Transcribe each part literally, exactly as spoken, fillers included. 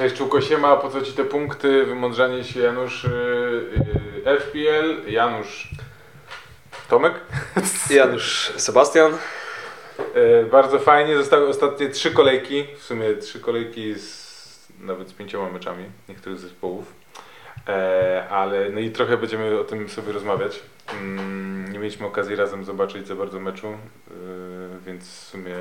Cześć Czułko, siema, po co ci te punkty? Wymądrzanie się Janusz yy, F P L, Janusz Tomek? Janusz Sebastian. Yy, bardzo fajnie, zostały ostatnie trzy kolejki, w sumie trzy kolejki z, nawet z pięcioma meczami niektórych zespołów. E, ale no i trochę będziemy o tym sobie rozmawiać. Mm, nie mieliśmy okazji razem zobaczyć za bardzo meczu, yy, więc w sumie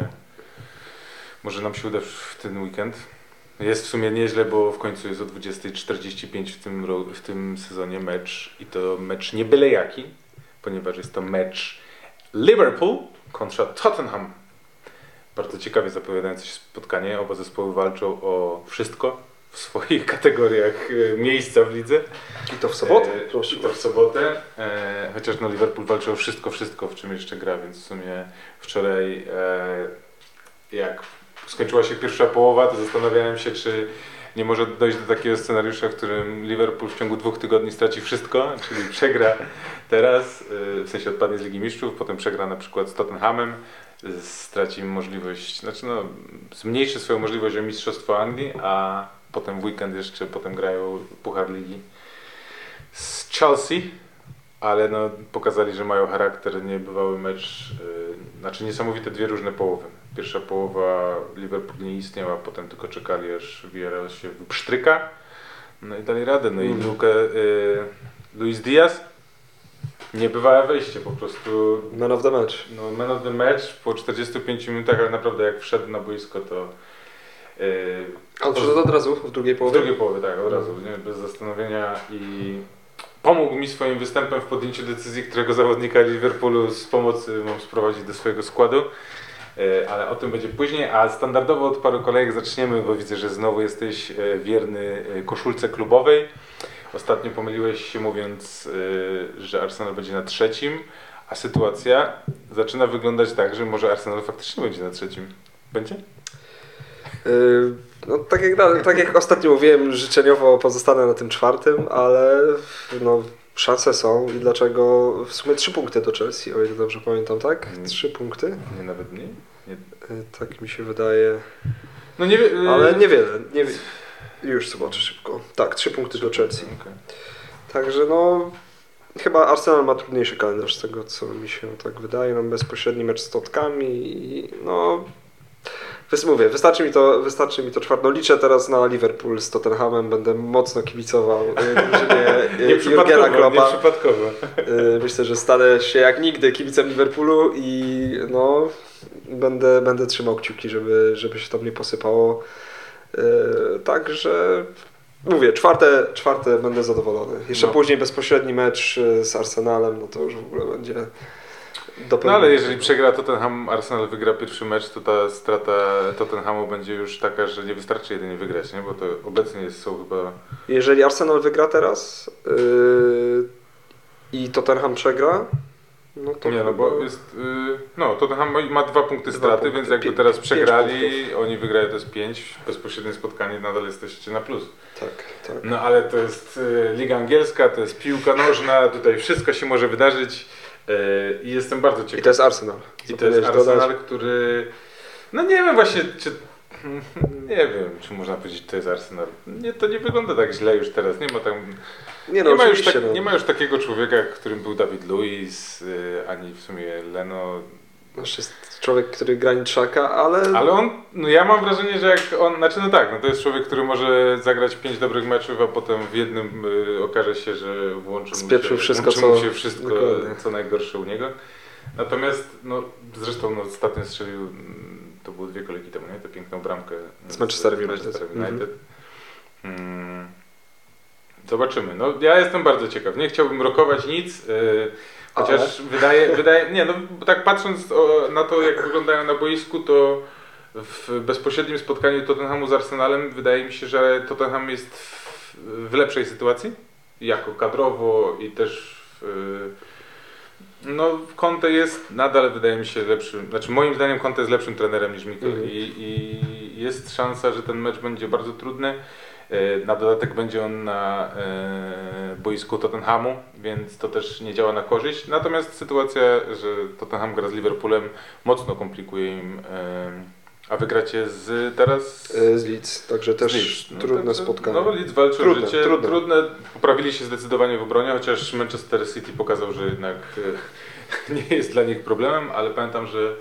może nam się uda w ten weekend. Jest w sumie nieźle, bo w końcu jest o dwudziesta czterdzieści pięć w tym, w tym sezonie mecz i to mecz nie byle jaki, ponieważ jest to mecz Liverpool kontra Tottenham. Bardzo ciekawie zapowiadające się spotkanie. Oba zespoły walczą o wszystko w swoich kategoriach e, miejsca w lidze. I to w sobotę? E, Proszę. I to w sobotę. E, chociaż no Liverpool walczy o wszystko, wszystko, w czym jeszcze gra, więc w sumie wczoraj e, jak skończyła się pierwsza połowa, to zastanawiałem się, czy nie może dojść do takiego scenariusza, w którym Liverpool w ciągu dwóch tygodni straci wszystko, czyli przegra teraz, w sensie odpadnie z Ligi Mistrzów, potem przegra na przykład z Tottenhamem, straci możliwość, znaczy no, zmniejszy swoją możliwość o Mistrzostwo Anglii, a potem w weekend jeszcze potem grają Puchar Ligi z Chelsea. Ale no, pokazali, że mają charakter, niebywały mecz, yy, znaczy niesamowite dwie różne połowy. Pierwsza połowa Liverpool nie istniał, a potem tylko czekali, aż Villarreal się wypsztryka. No i dali radę. No i Mm. Luke, yy, Luis Diaz, niebywałe wejście po prostu. Man of the match. No, man of the match po czterdziestu pięciu minutach, ale naprawdę jak wszedł na boisko, to... Yy, On wszedł od razu w drugiej w połowie? drugiej połowie, tak, od razu, nie? Bez zastanowienia i... Pomógł mi swoim występem w podjęciu decyzji, którego zawodnika Liverpoolu z pomocy mam sprowadzić do swojego składu, ale o tym będzie później, a standardowo od paru kolejek zaczniemy, bo widzę, że znowu jesteś wierny koszulce klubowej. Ostatnio pomyliłeś się mówiąc, że Arsenal będzie na trzecim, a sytuacja zaczyna wyglądać tak, że może Arsenal faktycznie będzie na trzecim. Będzie? Yy, no, tak, jak, tak jak ostatnio mówiłem, życzeniowo pozostanę na tym czwartym, ale no, szanse są i dlaczego w sumie trzy punkty do Chelsea, o ile dobrze pamiętam, tak? Trzy punkty? Nie, nawet mniej? Nie. Yy, tak mi się wydaje. No nie wiem. Ale niewiele. Nie, już zobaczę szybko. Tak, trzy punkty do Chelsea. Okay. Także no, chyba Arsenal ma trudniejszy kalendarz z tego, co mi się tak wydaje. Mam bezpośredni mecz z Totkami i no... Mówię, wystarczy mi to, wystarczy mi to czwarto. No, liczę teraz na Liverpool z Tottenhamem, będę mocno kibicował drużynie Jurgena Kloppa. Nieprzypadkowo. Myślę, że stanę się jak nigdy kibicem Liverpoolu i no, będę, będę trzymał kciuki, żeby, żeby się tam nie posypało. Także mówię, czwarte, czwarte będę zadowolony. Jeszcze no. Później bezpośredni mecz z Arsenalem, no to już w ogóle będzie... No ale jeżeli przegra Tottenham, Arsenal wygra pierwszy mecz, to ta strata Tottenhamu będzie już taka, że nie wystarczy jedynie wygrać, nie? Bo to obecnie jest, są chyba... Jeżeli Arsenal wygra teraz yy, i Tottenham przegra, no to... Nie, no bo jest... Yy, no, Tottenham ma, ma dwa punkty Dwa straty, punkty. więc jakby Pię- teraz pięć przegrali, oni wygrają, to jest pięć, bezpośrednie spotkanie, nadal jesteście na plus. Tak, tak. No ale to jest yy, Liga Angielska, to jest piłka nożna, tutaj wszystko się może wydarzyć. I jestem bardzo ciekaw. I to jest Arsenal. I to jest Arsenal, który... No nie wiem właśnie, czy... Nie wiem, czy można powiedzieć, że to jest Arsenal. Nie, to nie wygląda tak źle już teraz. Nie ma tam... Nie, no, nie, ma już tak, no. nie ma już takiego człowieka, którym był David Luiz, ani w sumie Leno. Znaczy jest człowiek, który grani trzaka, ale... Ale on, no ja mam wrażenie, że jak on, znaczy no tak, no to jest człowiek, który może zagrać pięć dobrych meczów, a potem w jednym y, okaże się, że włączy mu się wszystko, włączy co, mu się wszystko, dokładnie. co najgorsze u niego. Natomiast, no zresztą no, ostatnio strzelił, to było dwie kolejki temu, nie? Tę piękną bramkę z Manchesterem United. Manchester United. Mm. Zobaczymy. No ja jestem bardzo ciekaw. Nie chciałbym rokować nic, y, chociaż Ale? wydaje, wydaje, nie no tak patrząc o, na to, jak wyglądają na boisku, to w bezpośrednim spotkaniu Tottenhamu z Arsenalem wydaje mi się, że Tottenham jest w, w lepszej sytuacji, jako kadrowo i też w, no Conte jest nadal, wydaje mi się, lepszym, znaczy moim zdaniem Conte jest lepszym trenerem niż Mikel mm. i, i jest szansa, że ten mecz będzie bardzo trudny. Na dodatek będzie on na e, boisku Tottenhamu, więc to też nie działa na korzyść. Natomiast sytuacja, że Tottenham gra z Liverpoolem, mocno komplikuje im e, A wygracie z teraz? Z Leeds, także też Leeds. No, trudne tak, spotkanie. No Leeds walczy trudne, o życie, trudne. trudne, poprawili się zdecydowanie w obronie, chociaż Manchester City pokazał, że jednak nie jest dla nich problemem, ale pamiętam, że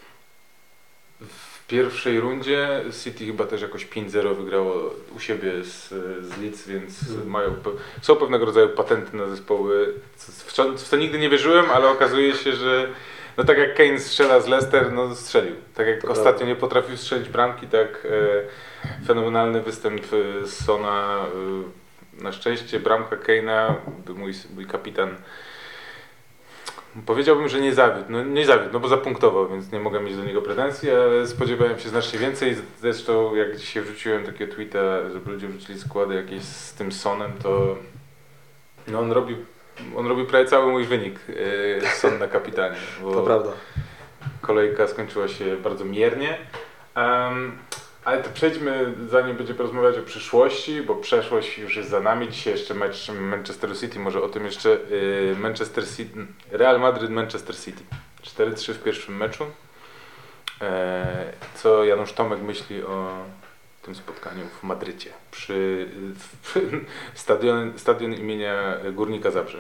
w pierwszej rundzie City chyba też jakoś pięć zero wygrało u siebie z, z Leeds, więc hmm. mają, są pewnego rodzaju patenty na zespoły, w co, w co nigdy nie wierzyłem, ale okazuje się, że no tak jak Kane strzela z Leicester, no strzelił. Tak jak to ostatnio prawda. Nie potrafił strzelić bramki, tak e, fenomenalny występ Sona. E, na szczęście bramka Kane'a, mój, mój kapitan, powiedziałbym, że nie zawiódł. No nie zawiódł, no bo zapunktował, więc nie mogę mieć do niego pretensji, ale spodziewałem się znacznie więcej. Zresztą jak dzisiaj wrzuciłem takie tweeta, żeby ludzie wrzucili składy jakieś z tym Sonem, to no on robił On robił prawie cały mój wynik, yy, Son na kapitanie. To prawda. Kolejka skończyła się bardzo miernie. Um, ale to przejdźmy, zanim będziemy porozmawiać o przyszłości, bo przeszłość już jest za nami. Dzisiaj jeszcze mecz Manchester City, może o tym jeszcze. Yy, Manchester City, Real Madrid, Manchester City. cztery trzy w pierwszym meczu. Yy, co Janusz Tomek myśli o tym spotkaniu w Madrycie przy, przy stadion, stadion imienia Górnika Zabrze.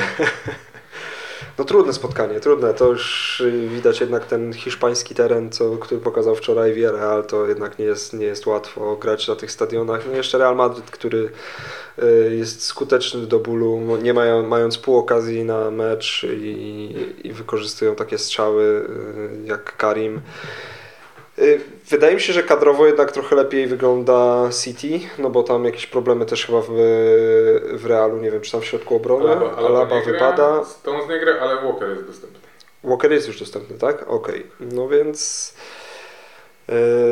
No trudne spotkanie, trudne. To już widać jednak ten hiszpański teren, co, który pokazał wczoraj Villarreal, to jednak nie jest, nie jest łatwo grać na tych stadionach. No jeszcze Real Madrid, który jest skuteczny do bólu, nie mają, mając pół okazji na mecz i, i wykorzystują takie strzały jak Karim. Wydaje mi się, że kadrowo jednak trochę lepiej wygląda City, no bo tam jakieś problemy też chyba w, w Realu, nie wiem czy tam w środku obrony, Alaba, Alaba, Alaba wypada. Stones nie gra, ale Walker jest dostępny. Walker jest już dostępny, tak? Okej, okay. No więc yy,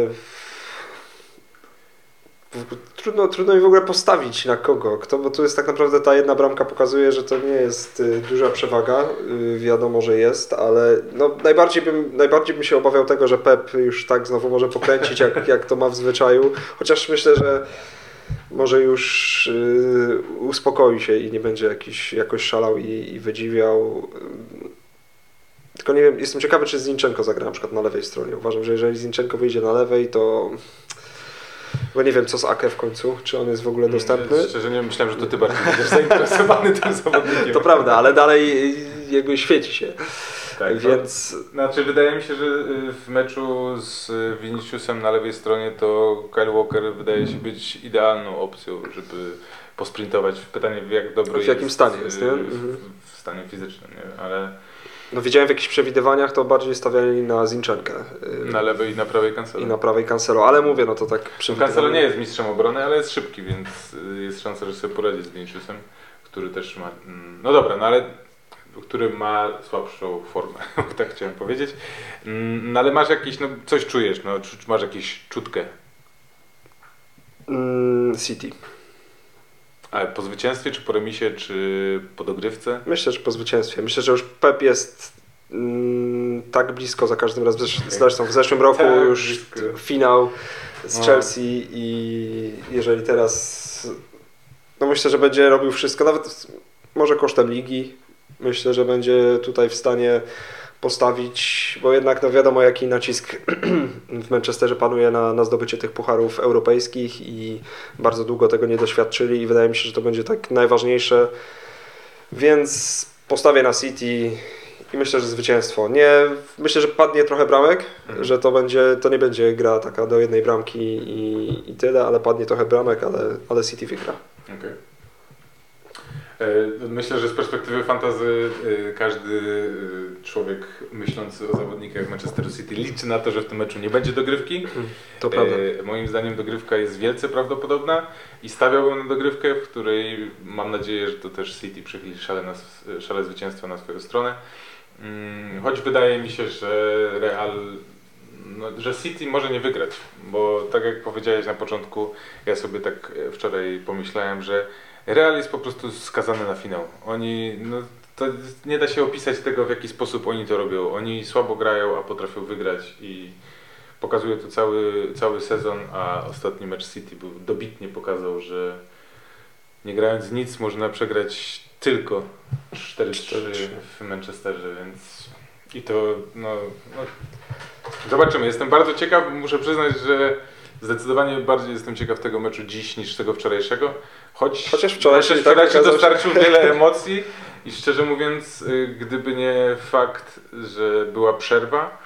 trudno, trudno mi w ogóle postawić na kogo, kto, bo tu jest tak naprawdę ta jedna bramka pokazuje, że to nie jest duża przewaga, wiadomo, że jest, ale no najbardziej bym, najbardziej bym się obawiał tego, że Pep już tak znowu może pokręcić, jak, jak to ma w zwyczaju, chociaż myślę, że może już yy, uspokoi się i nie będzie jakiś, jakoś szalał i, i wydziwiał. Tylko nie wiem, jestem ciekawy, czy Zinchenko zagra na przykład na lewej stronie. Uważam, że jeżeli Zinchenko wyjdzie na lewej, to bo nie wiem co z Ake w końcu, czy on jest w ogóle dostępny. Nie, szczerze nie myślałem, że to ty bardziej będziesz zainteresowany tym zawodnikiem. To prawda, ale dalej jakby świeci się. Tak, więc... To, znaczy wydaje mi się, że w meczu z Viniciusem na lewej stronie to Kyle Walker wydaje się być idealną opcją, żeby posprintować. Pytanie jak dobry w jakim jest stanie jest, nie? W, w stanie fizycznym, nie? Ale... No widziałem w jakichś przewidywaniach, to bardziej stawiali na Zinchenkę. Na lewej i na prawej Cancelo. I na prawej Cancelo, ale mówię, no to tak przewidywałem. Cancelo nie jest mistrzem obrony, ale jest szybki, więc jest szansa, że sobie poradzi z Viniciusem, który też ma, no dobra, no ale który ma słabszą formę, tak chciałem powiedzieć. No ale masz jakiś, no coś czujesz, no masz jakąś czutkę. Mm, City. Ale po zwycięstwie, czy po remisie, czy po dogrywce? Myślę, że po zwycięstwie. Myślę, że już Pep jest mm, tak blisko za każdym razem. Zresztą w zeszłym roku tak, już blisko. Finał z no. Chelsea i jeżeli teraz, no myślę, że będzie robił wszystko, nawet może kosztem ligi. Myślę, że będzie tutaj w stanie postawić, bo jednak no wiadomo jaki nacisk w Manchesterze panuje na, na zdobycie tych pucharów europejskich i bardzo długo tego nie doświadczyli i wydaje mi się, że to będzie tak najważniejsze, więc postawię na City i myślę, że zwycięstwo. Nie, myślę, że padnie trochę bramek, mhm. że to będzie, to nie będzie gra taka do jednej bramki i, i tyle, ale padnie trochę bramek, ale, ale City wygra. Okay. Myślę, że z perspektywy fantasy każdy człowiek myślący o zawodnikach Manchesteru City liczy na to, że w tym meczu nie będzie dogrywki. To prawda. Moim zdaniem dogrywka jest wielce prawdopodobna i stawiałbym na dogrywkę, w której mam nadzieję, że to też City przychyli szale, na, szale zwycięstwa na swoją stronę. Choć wydaje mi się, że Real, no, że City może nie wygrać, bo tak jak powiedziałeś na początku, ja sobie tak wczoraj pomyślałem, że Real jest po prostu skazany na finał. Oni, no, to nie da się opisać tego, w jaki sposób oni to robią. Oni słabo grają, a potrafią wygrać i pokazuje to cały, cały sezon, a ostatni mecz City był, dobitnie pokazał, że nie grając nic można przegrać tylko cztery trzy w Manchesterze, więc I to, no, no, zobaczymy. Jestem bardzo ciekaw, muszę przyznać, że zdecydowanie bardziej jestem ciekaw tego meczu dziś niż tego wczorajszego. Choć Chociaż wczorajszy wczoraj tak się okazał dostarczył wiele emocji i szczerze mówiąc, gdyby nie fakt, że była przerwa,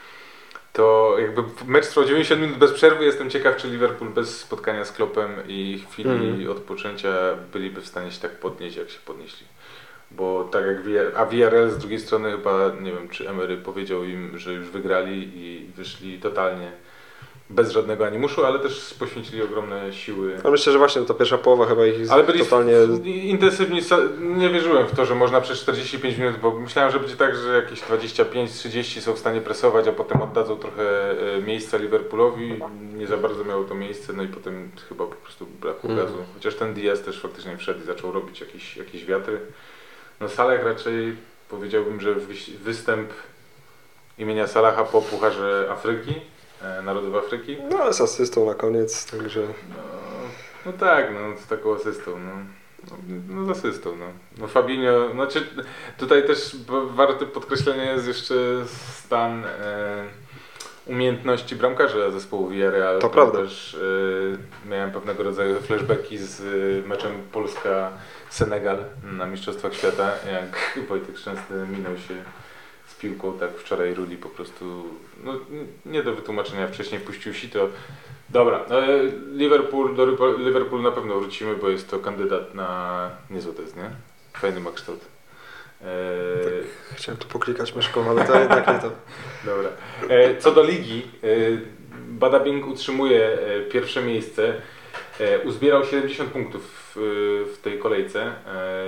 to jakby mecz trwał dziewięćdziesiąt minut bez przerwy, jestem ciekaw, czy Liverpool bez spotkania z Kloppem i chwili mm. odpoczęcia byliby w stanie się tak podnieść, jak się podnieśli. Bo tak jak Villarreal, a Villarreal z drugiej strony chyba, nie wiem, czy Emery powiedział im, że już wygrali i wyszli totalnie bez żadnego animuszu, ale też poświęcili ogromne siły. Ale myślę, że właśnie ta pierwsza połowa chyba ich ale byli totalnie... intensywni, nie wierzyłem w to, że można przez czterdzieści pięć minut, bo myślałem, że będzie tak, że jakieś dwadzieścia pięć trzydzieści są w stanie presować, a potem oddadzą trochę miejsca Liverpoolowi. Nie za bardzo miało to miejsce, no i potem chyba po prostu braku gazu. Mm. Chociaż ten Diaz też faktycznie wszedł i zaczął robić jakieś, jakieś wiatry. No Salah raczej powiedziałbym, że występ imienia Salaha po Pucharze Afryki, Narodów Afryki. No ale z asystą na koniec, także... No, no tak, no z taką asystą, no. No, no z asystą, no. No Fabinho, znaczy tutaj też warty podkreślenia jest jeszcze stan e, umiejętności bramkarza zespołu Villarreal. To prawda. Też e, miałem pewnego rodzaju flashbacki z e, meczem Polska-Senegal na Mistrzostwach Świata, jak Wojtek Szczęsny minął się z piłką, tak wczoraj Rudi po prostu, no nie do wytłumaczenia, wcześniej puścił sito. Dobra, Liverpool, do Liverpoolu na pewno wrócimy, bo jest to kandydat na niezły test, nie? Fajny ma kształt. Eee... Tak, chciałem tu poklikać myszką, ale to jednak nie to. Dobra. Eee, co do ligi, eee, Badabing utrzymuje e, pierwsze miejsce. E, uzbierał siedemdziesiąt punktów w, w tej kolejce. E,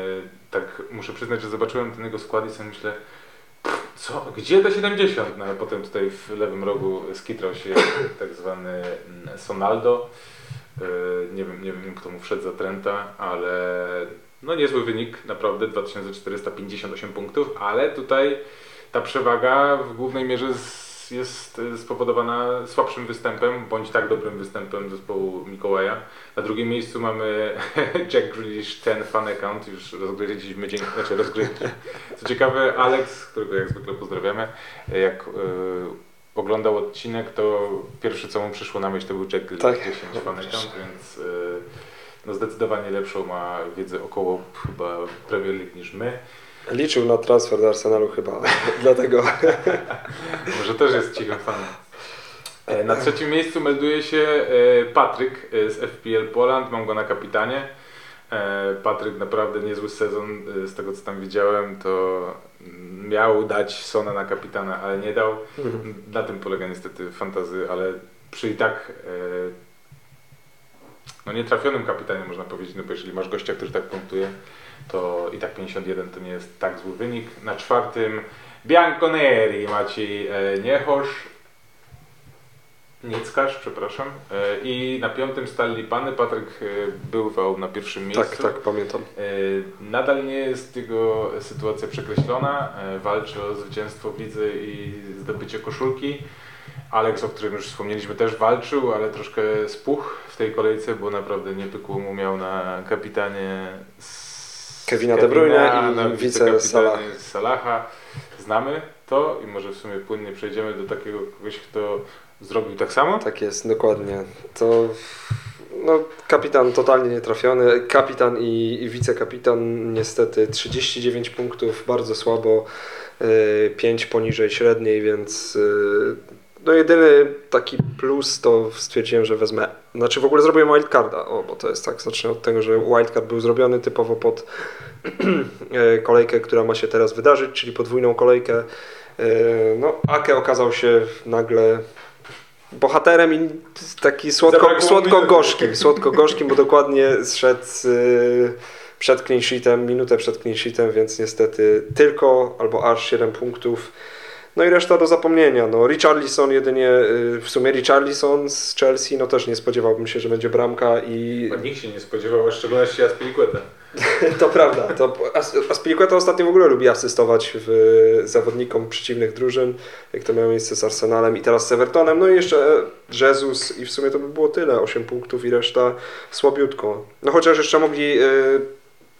tak muszę przyznać, że zobaczyłem ten jego skład i sobie myślę, co? Gdzie te siedemdziesiąt? No, a potem tutaj w lewym rogu skitrał się tak zwany Sonaldo. Nie wiem, nie wiem kto mu wszedł za Trenta, ale no niezły wynik, naprawdę dwa tysiące czterysta pięćdziesiąt osiem punktów, ale tutaj ta przewaga w głównej mierze jest spowodowana słabszym występem, bądź tak dobrym występem zespołu Mikołaja. Na drugim miejscu mamy Jack Grealish, ten fan account, już rozgryźliśmy, dzięki, znaczy rozgryźliśmy. Co ciekawe, Alex, którego jak zwykle pozdrawiamy, jak yy, oglądał odcinek, to pierwsze co mu przyszło na myśl to był Jack Grealish, tak. dziesięć fan account, więc yy, no zdecydowanie lepszą ma wiedzę około chyba Premier League niż my. Liczył na transfer do Arsenalu chyba, dlatego. Może też jest cichym fanem. Na trzecim miejscu melduje się Patryk z F P L Poland, mam go na kapitanie. Patryk naprawdę niezły sezon, z tego co tam widziałem, to miał dać Sona na kapitana, ale nie dał. Mhm. Na tym polega niestety fantazy, ale przy i tak no nietrafionym kapitanie można powiedzieć, no bo jeżeli masz gościa, który tak punktuje, to i tak pięćdziesiąt jeden to nie jest tak zły wynik. Na czwartym Bianconeri Maciej Niechosz, Nickarz, przepraszam. I na piątym Stanley Pany. Patryk bywał na pierwszym miejscu. Tak, tak, pamiętam. Nadal nie jest jego sytuacja przekreślona. Walczy o zwycięstwo w lidze i zdobycie koszulki. Alex, o którym już wspomnieliśmy, też walczył, ale troszkę spuchł w tej kolejce, bo naprawdę nie pykło mu miał na kapitanie Kevina De Bruyne i wice Salaha. Znamy to i może w sumie płynnie przejdziemy do takiego kogoś, kto zrobił tak samo? Tak jest, dokładnie. To no, kapitan totalnie nietrafiony. Kapitan i, i wicekapitan niestety trzydzieści dziewięć punktów, bardzo słabo, yy, pięć poniżej średniej, więc yy, no jedyny taki plus to stwierdziłem, że wezmę, znaczy w ogóle zrobiłem wildcarda, o, bo to jest tak, zacznę od tego, że wildcard był zrobiony typowo pod kolejkę, która ma się teraz wydarzyć, czyli podwójną kolejkę. No, Ake okazał się nagle bohaterem i taki słodko, słodko-gorzkim, słodko-gorzkim, bo dokładnie zszedł przed clean sheetem, minutę przed clean sheetem, więc niestety tylko albo aż siedem punktów. No i reszta do zapomnienia. No, Richarlison jedynie, w sumie Richarlison z Chelsea, no też nie spodziewałbym się, że będzie bramka i... Bo nikt się nie spodziewał, a w szczególności Azpilicueta. To prawda. To Azpilicueta ostatnio w ogóle lubi asystować w zawodnikom przeciwnych drużyn, jak to miało miejsce z Arsenalem i teraz z Evertonem. No i jeszcze Jesus i w sumie to by było tyle, osiem punktów i reszta słabiutko. No chociaż jeszcze mogli...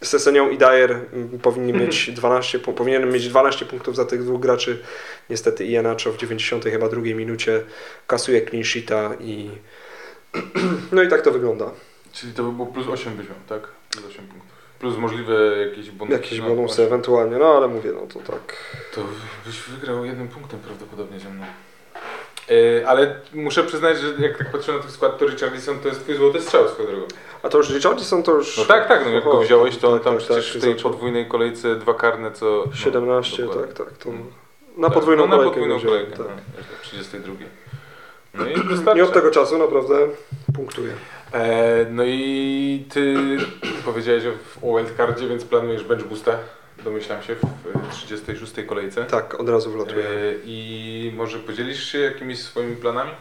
Sesenią i Dyer mm, powinni mieć dwanaście, pu- powinien mieć dwanaście punktów za tych dwóch graczy. Niestety Iheanacho w dziewięćdziesiątej chyba drugiej minucie kasuje clean sheeta i no i tak to wygląda. Czyli to by było plus osiem byś miał, tak? Plus osiem punktów. Plus możliwe jakieś bonusy. Jakieś no, bonusy właśnie. ewentualnie, no ale mówię, no to tak. To byś wygrał jednym punktem prawdopodobnie ze mną. Yy, ale muszę przyznać, że jak tak patrzę na ten skład, to Richarlison to jest twój złoty strzał swoją drogą. A to już Richarlison to już... No tak, tak, no jak go O, wziąłeś, to on tak, tam tak, przecież tak, w tej zaczął. podwójnej kolejce dwa karne, co... No, siedemnaście, dokładnie. tak, tak. To Mm. na Tak, podwójną no, na kolejkę. podwójną go wziąłem, kolejkę, tak. no, w trzydziestej drugiej. No i wystarczy. I od tego czasu naprawdę punktuje. E, no i ty powiedziałeś o wildcardzie, więc planujesz bench boosta, domyślam się, w trzydziestej szóstej kolejce. Tak, od razu wlatuje. E, I może podzielisz się jakimiś swoimi planami?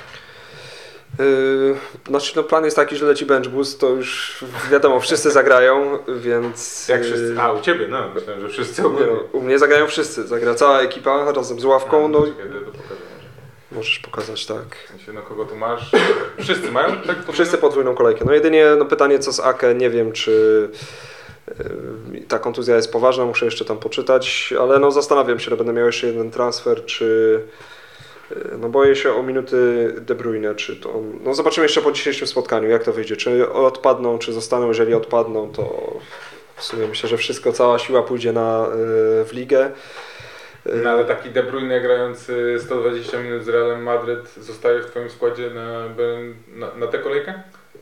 Yy, znaczy no plan jest taki, że leci bench boost, to już wiadomo, wszyscy zagrają, więc... Jak wszyscy? yy, A, u ciebie, no, myślałem, że wszyscy Nie ogólnie. no, u mnie zagrają wszyscy, zagra cała ekipa razem z ławką, A, no czekaj, to pokażę może. możesz pokazać, tak. W sensie, no kogo tu masz? Wszyscy mają? Tak? Podwójną? Wszyscy podwójną kolejkę. No jedynie no pytanie co z Ake, nie wiem czy yy, ta kontuzja jest poważna, muszę jeszcze tam poczytać, ale no zastanawiam się, że będę miał jeszcze jeden transfer, czy yy, no boję się o minuty De Bruyne, czy to, no zobaczymy jeszcze po dzisiejszym spotkaniu, jak to wyjdzie, czy odpadną, czy zostaną, jeżeli odpadną, to w sumie myślę, że wszystko, cała siła pójdzie na, yy, w ligę. No ale taki De Bruyne grający sto dwadzieścia minut z Realem Madryt zostaje w twoim składzie na, na, na tę kolejkę?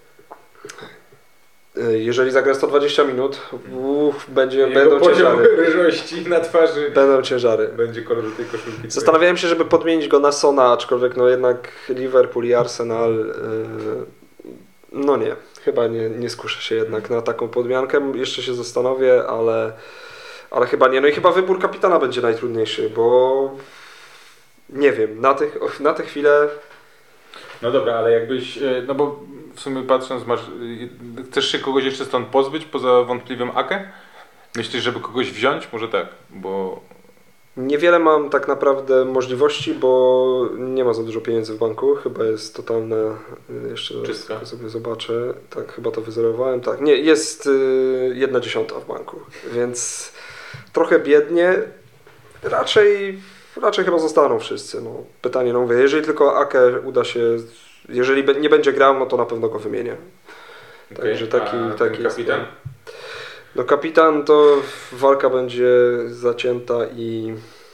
Jeżeli zagra sto dwadzieścia minut, uff, będzie, Jego będą poziom ciężary. ryżości na twarzy Będą ciężary. będzie kolor tej koszulki. Zastanawiałem się, żeby podmienić go na Sona, aczkolwiek no jednak Liverpool i Arsenal, yy, no nie, chyba nie, nie skuszę się jednak na taką podmiankę, jeszcze się zastanowię, ale, ale chyba nie. No i chyba wybór kapitana będzie najtrudniejszy, bo nie wiem, na, tych, na tę chwilę... No dobra, ale jakbyś, e, no bo w sumie patrząc, masz, e, chcesz się kogoś jeszcze stąd pozbyć poza wątpliwym Ake? Myślisz, żeby kogoś wziąć? Może tak, bo... Niewiele mam tak naprawdę możliwości, bo nie ma za dużo pieniędzy w banku. Chyba jest totalna, jeszcze raz Czystka. tylko sobie zobaczę. Tak, chyba to wyzerowałem. Tak, nie, jest y, jedna dziesiąta w banku, więc trochę biednie. Raczej, raczej chyba zostaną wszyscy. No, pytanie, no mówię, jeżeli tylko Ake uda się, jeżeli be- nie będzie grał, no to na pewno go wymienię. Okay. Także taki, A taki ten jest kapitan? plan. No kapitan to walka będzie zacięta i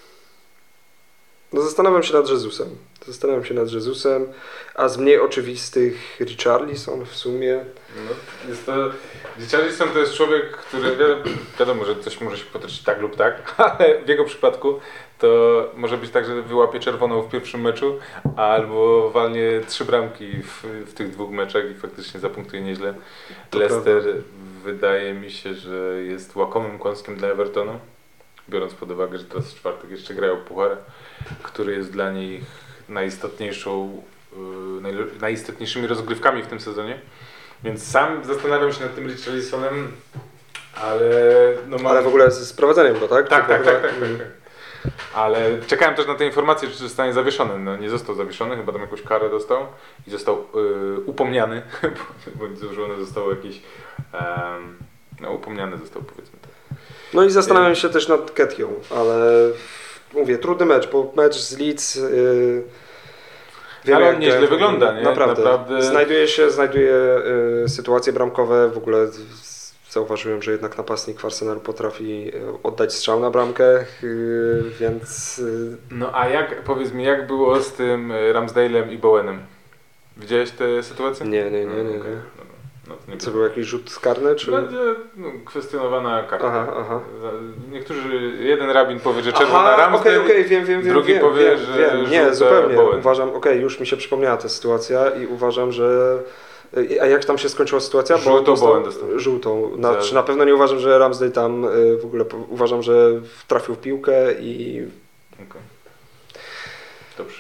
no zastanawiam się nad Jezusem. Zastanawiam się nad Jezusem, a z mniej oczywistych Richarlison w sumie. No, jest to... Richarlison to jest człowiek, który wi- wiadomo, że coś może się potoczyć tak lub tak, ale w jego przypadku to może być tak, że wyłapie czerwoną w pierwszym meczu, albo walnie trzy bramki w, w tych dwóch meczach i faktycznie zapunktuje nieźle. To Leicester prawda. wydaje mi się, że jest łakomym kąskiem dla Evertonu, biorąc pod uwagę, że teraz w czwartek jeszcze grają Puchar, który jest dla nich najistotniejszą, yy, najle- najistotniejszymi rozgrywkami w tym sezonie. Więc sam zastanawiam się nad tym Richarlisonem, ale no mam... Ale w ogóle z prowadzeniem go, tak? Tak, Czy tak, w ogóle- tak, tak, tak, tak. Ale czekałem też na te informacje, czy zostanie zawieszony. No nie został zawieszony, chyba tam jakąś karę dostał i został yy, upomniany, bądź złożone zostało jakieś... Um, no upomniany został, powiedzmy tak. No i zastanawiam się też nad Ketią, ale mówię, trudny mecz, bo mecz z Leeds... Yy, wiemy, Ale on jak nieźle grałem. wygląda, nie? Naprawdę. Naprawdę. Znajduje się, znajduje y, sytuacje bramkowe, w ogóle z- zauważyłem, że jednak napastnik w Arsenalu potrafi y, oddać strzał na bramkę, y, więc... Y, No a jak, powiedz mi, jak było z tym y, Ramsdale'em i Bowenem? Widziałeś tę sytuację? nie, nie, nie, nie. Okej. nie. No, no, to nie Co, był jakiś rzut karny, czy... Będzie no, kwestionowana karta. Aha, aha. Niektórzy, jeden rabin powie, że czerwona Aha, Ramsdale, okej, okej, wiem, wiem, wiem, drugi wiem, powie, wiem, że wiem. Nie, żółta zupełnie. Bowen. Uważam, okej, już mi się przypomniała ta sytuacja i uważam, że... A jak tam się skończyła sytuacja? Bo Żółtą dostał- Bowen dostał. Żółtą. Za- Znaczy, na pewno nie uważam, że Ramsdale tam y, w ogóle... po- Uważam, że trafił w piłkę i... Okej. Dobrze.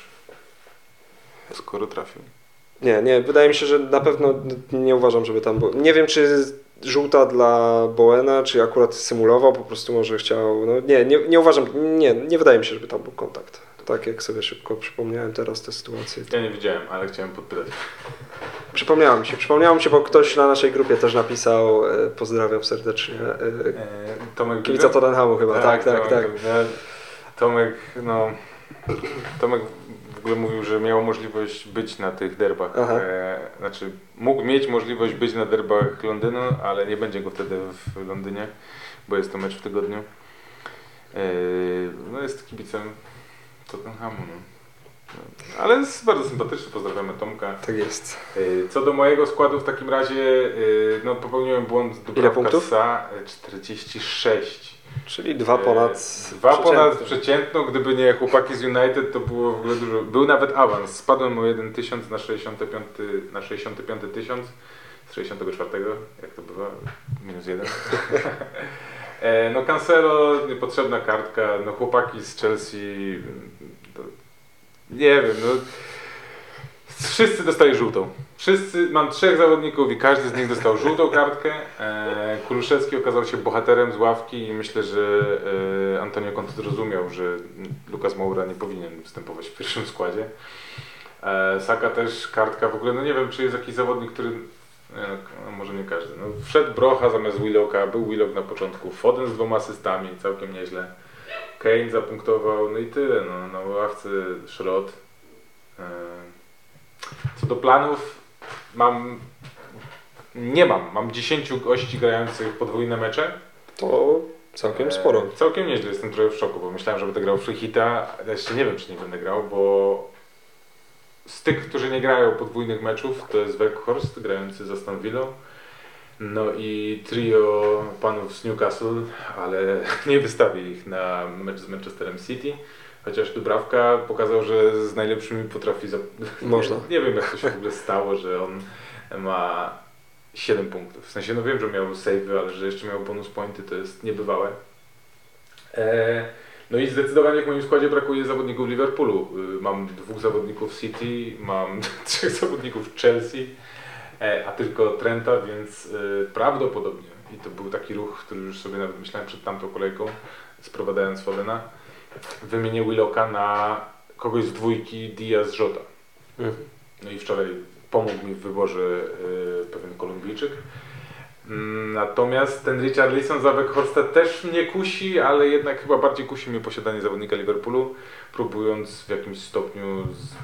Skoro trafił. Nie, nie, wydaje mi się, że na pewno nie uważam, żeby tam było. Nie wiem, czy żółta dla Bowena, czy akurat symulował, po prostu może chciał. No nie, nie, nie uważam, nie, nie wydaje mi się, żeby tam był kontakt. Tak jak sobie szybko przypomniałem teraz tę sytuację. Ja nie widziałem, ale chciałem podpytać. Przypomniało mi się, przypomniało mi się, bo ktoś na naszej grupie też napisał, e, pozdrawiam serdecznie, e, E, Tomek kibica Tottenhamu chyba, tak, tak, tak. tak. Tomek, ja, Tomek, no, Tomek w ogóle mówił, że miał możliwość być na tych derbach, e, znaczy mógł mieć możliwość być na derbach Londynu, ale nie będzie go wtedy w Londynie, bo jest to mecz w tygodniu. E, no jest kibicem Tottenhamu, no. Ale jest bardzo sympatyczny, pozdrawiamy Tomka. Tak jest. Co do mojego składu w takim razie, no popełniłem błąd Dubravka. Ile punktów? czterdzieści sześć. Czyli dwa ponad Dwa ponad przeciętną, gdyby nie chłopaki z United, to było w ogóle dużo. Był nawet awans. Spadłem o jeden tysiąc na sześćdziesiąty piąty, na sześćdziesiąty piąty tysiąc z sześćdziesiątego czwartego, jak to bywa, minus jeden. No Cancelo, niepotrzebna kartka, no chłopaki z Chelsea, to, nie wiem, no wszyscy dostali żółtą. Wszyscy, mam trzech zawodników i każdy z nich dostał żółtą kartkę. E, Kuruszewski okazał się bohaterem z ławki i myślę, że e, Antonio Conte zrozumiał, że Lucas Moura nie powinien występować w pierwszym składzie. E, Saka też kartka w ogóle, no nie wiem, czy jest jakiś zawodnik, który, nie, no, może nie każdy. No, wszedł Brocha zamiast Willocka, był Willock na początku, Foden z dwoma asystami, całkiem nieźle. Kane zapunktował, no i tyle, no, na ławce Szrot. E, Co do planów, mam, nie mam, mam dziesięciu gości grających podwójne mecze. To całkiem sporo. E, całkiem nieźle, jestem trochę w szoku, bo myślałem, że będę grał free hita, ja jeszcze nie wiem, czy nie będę grał, bo z tych, którzy nie grają podwójnych meczów, to jest Weghorst grający za Aston Villą, no i trio panów z Newcastle, ale nie wystawię ich na mecz z Manchesterem City. Chociaż Dubravka pokazał, że z najlepszymi potrafi... Zap... Można. Nie, nie wiem, jak to się w ogóle stało, że on ma siedem punktów. W sensie, no wiem, że miał save'y, ale że jeszcze miał bonus pointy, to jest niebywałe. Eee, no i zdecydowanie w moim składzie brakuje zawodników Liverpoolu. Mam dwóch zawodników City, mam trzech zawodników Chelsea, e, a tylko Trenta, więc e, prawdopodobnie, i to był taki ruch, który już sobie nawet myślałem przed tamtą kolejką, sprowadzając Fodena, wymienię Willocka na kogoś z dwójki Diaz-Jota. Mhm. No i wczoraj pomógł mi w wyborze y, pewien Kolumbijczyk. Mm, natomiast ten Richarlison za Weghorsta też mnie kusi, ale jednak chyba bardziej kusi mnie posiadanie zawodnika Liverpoolu, próbując w jakimś stopniu z,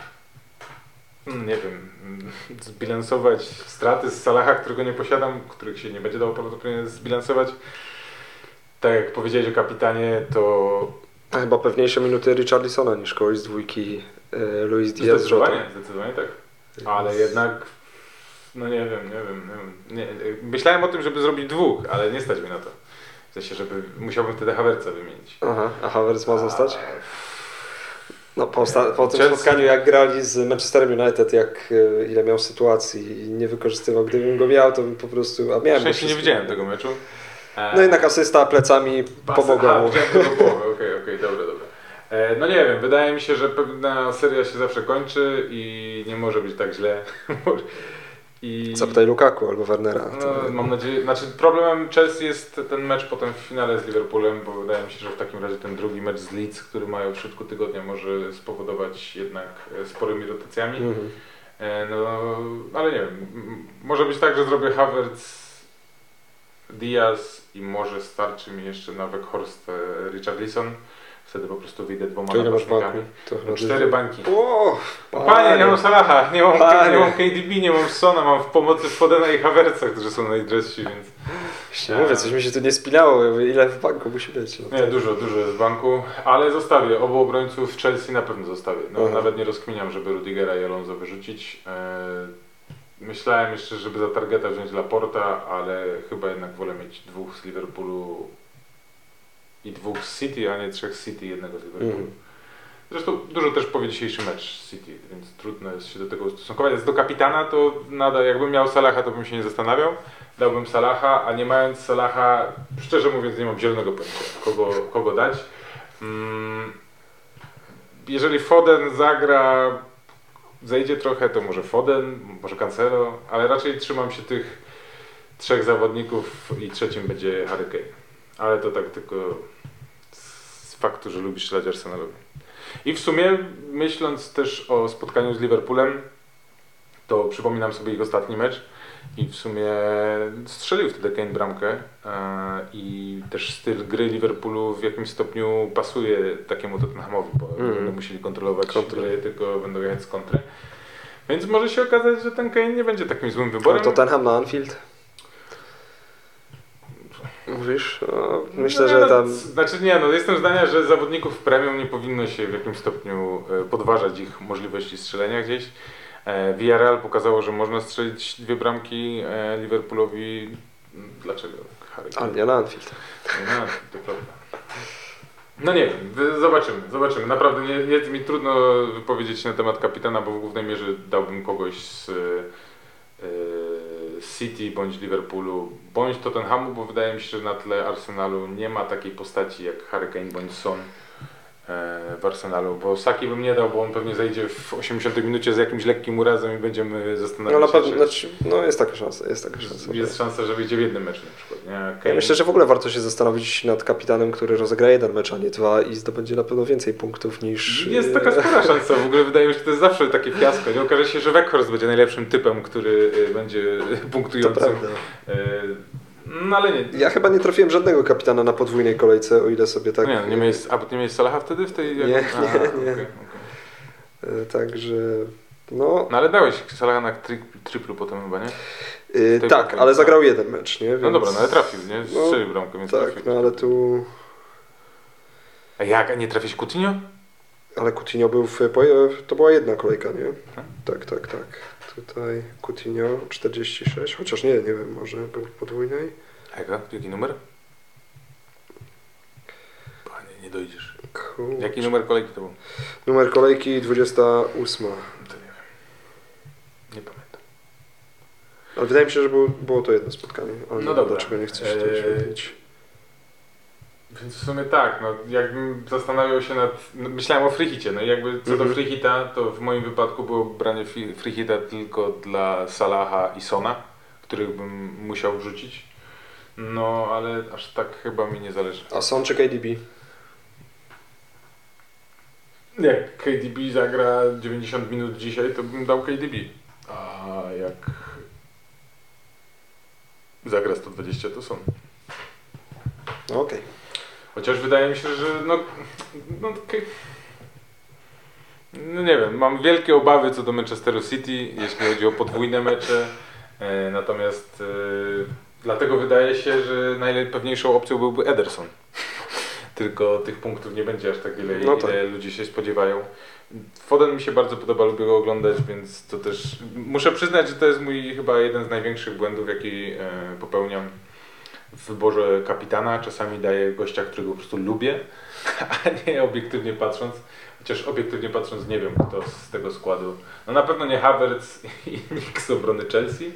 nie wiem, zbilansować straty z Salaha, którego nie posiadam, których się nie będzie dało prawdopodobnie zbilansować. Tak jak powiedziałeś o kapitanie, to a chyba pewniejsze minuty Richarlisona niż kogoś z dwójki e, Luis Diaz. Zdecydowanie, zdecydowanie tak. Ale jednak, no nie wiem, nie wiem, nie wiem. Nie, myślałem o tym, żeby zrobić dwóch, ale nie stać mi na to. W sensie, żeby musiałbym wtedy Havertza wymienić. Aha, a Havertz ma zostać? No po, sta- po tym Chelsea... spotkaniu, jak grali z Manchesterem United, jak ile miał sytuacji i nie wykorzystywał. Gdybym go miał, to bym po prostu... A miałem Szczęście nie widziałem tego meczu. No jednak asysta plecami pomogła mu. Widziałem tego połowę, okej, okej, dobra, dobra. E, no nie wiem, wydaje mi się, że pewna seria się zawsze kończy i nie może być tak źle. I... Zapytaj Lukaku albo Wernera. No, mam nadzieję, znaczy problemem Chelsea jest ten mecz potem w finale z Liverpoolem, bo wydaje mi się, że w takim razie ten drugi mecz z Leeds, który mają w środku tygodnia, może spowodować jednak sporymi rotacjami. Mhm. E, no, ale nie wiem, może być tak, że zrobię Havertz, Diaz i może starczy mi jeszcze na Weghorst, Richarlison. Wtedy po prostu wyjdę dwoma napastnikami. No, cztery bańki. O, panie, panie, nie mam Salaha, nie mam, nie mam K D B, nie mam Sona, mam w pomocy Fodena i Havertza, którzy są najdrożsi, więc... Właśnie mówię, coś mi się tu nie spinało, ile w banku musi być. No nie, dużo, dużo jest w banku, ale zostawię, obu obrońców Chelsea na pewno zostawię. No, nawet nie rozkminiam, żeby Rudigera i Alonso wyrzucić. Myślałem jeszcze, żeby za targeta wziąć Laporta, ale chyba jednak wolę mieć dwóch z Liverpoolu i dwóch z City, a nie trzech z City i jednego z Liverpoolu. Mm. Zresztą dużo też powie dzisiejszy mecz z City, więc trudno jest się do tego ustosunkować. Jest do kapitana, to nadal jakbym miał Salaha, to bym się nie zastanawiał. Dałbym Salaha, a nie mając Salaha, szczerze mówiąc nie mam zielonego pojęcia, kogo, kogo dać. Mm. Jeżeli Foden zagra, zejdzie trochę, to może Foden, może Cancelo, ale raczej trzymam się tych trzech zawodników i trzecim będzie Harry Kane. Ale to tak tylko z faktu, że lubisz strzelać Arsenalowi. I w sumie myśląc też o spotkaniu z Liverpoolem, to przypominam sobie ich ostatni mecz i w sumie strzelił wtedy Kane bramkę e, i też styl gry Liverpoolu w jakimś stopniu pasuje takiemu Tottenhamowi, bo mm. będą musieli kontrolować gry, tylko będą jechać z kontry. Więc może się okazać, że ten Kane nie będzie takim złym wyborem. A Tottenham na Anfield? Mówisz? No, myślę, no, że no, tam... Znaczy nie, no jestem zdania, że zawodników premium nie powinno się w jakimś stopniu podważać ich możliwości strzelenia gdzieś. Villarreal pokazało, że można strzelić dwie bramki Liverpoolowi. Dlaczego? Harry A nie na Anfield. Nie na Anfield, to prawda. No nie wiem, zobaczymy, zobaczymy. Naprawdę nie, jest mi trudno wypowiedzieć się na temat kapitana, bo w głównej mierze dałbym kogoś z City bądź Liverpoolu, bądź Tottenhamu, bo wydaje mi się, że na tle Arsenalu nie ma takiej postaci jak Harry Kane bądź Son w Arsenalu, bo Saki bym nie dał, bo on pewnie zejdzie w osiemdziesiątej minucie z jakimś lekkim urazem i będziemy zastanawiać no, na się, pewno, czy... znaczy, no jest taka szansa, jest taka szansa. Jest szansa, że wyjdzie w jednym meczu na przykład. Nie? Kane... Ja myślę, że w ogóle warto się zastanowić nad kapitanem, który rozegra jeden mecz, a nie dwa i zdobędzie na pewno więcej punktów niż... Jest taka spora szansa, w ogóle wydaje mi się, że to jest zawsze takie fiasko. Nie okaże się, że Weghorst będzie najlepszym typem, który będzie punktującym. To prawda. No ale nie. Ja chyba nie trafiłem żadnego kapitana na podwójnej kolejce, o ile sobie tak... No nie, nie miałeś, a nie miałeś Salaha wtedy w tej... Nie, nie, Aha, nie. Okay, okay. Także... No, no ale dałeś Salaha na tri triplu potem chyba, nie? Yy, tak, podwójnej. Ale zagrał jeden mecz, nie? Więc... No dobra, no ale trafił, nie? Strzelił no, bramkę, więc tak, trafił. no ale tu... A jak? A nie trafiłeś Coutinho? Ale Coutinho był w... To była jedna kolejka, nie? Hmm? Tak, tak, tak. Tutaj Coutinho czterdzieści sześć, chociaż nie, nie wiem, może był w podwójnej. Jaka? Jaki numer? Panie, nie dojdziesz. Kurczę. Jaki numer kolejki to był? Numer kolejki dwudziesta ósma. To nie wiem. Nie pamiętam. Ale wydaje mi się, że było, było to jedno spotkanie. Ale no dobra. Dlaczego nie chcesz eee... to wiedzieć? Więc w sumie tak, no jakbym zastanawiał się nad... No, myślałem o freehicie, no i jakby co do mm-hmm. freehita, to w moim wypadku było branie freehita tylko dla Salaha i Sona, których bym musiał wrzucić. No, ale aż tak chyba mi nie zależy. A Son czy K D B? Jak K D B zagra dziewięćdziesiąt minut dzisiaj, to bym dał K D B. A jak zagra sto dwadzieścia, to Son. No okej. Okay. Chociaż wydaje mi się, że no, no, no nie wiem, mam wielkie obawy co do Manchesteru City, jeśli chodzi o podwójne mecze. E, natomiast e, dlatego wydaje się, że najpewniejszą opcją byłby Ederson. Tylko tych punktów nie będzie aż tak wiele, no tak. ile ludzie się spodziewają. Foden mi się bardzo podoba, lubię go oglądać, więc to też muszę przyznać, że to jest mój chyba jeden z największych błędów, jaki e, popełniam w wyborze kapitana. Czasami daję gościa, którego po prostu lubię, a nie obiektywnie patrząc. Chociaż obiektywnie patrząc nie wiem, kto z tego składu. No na pewno nie Havertz i nikt z obrony Chelsea.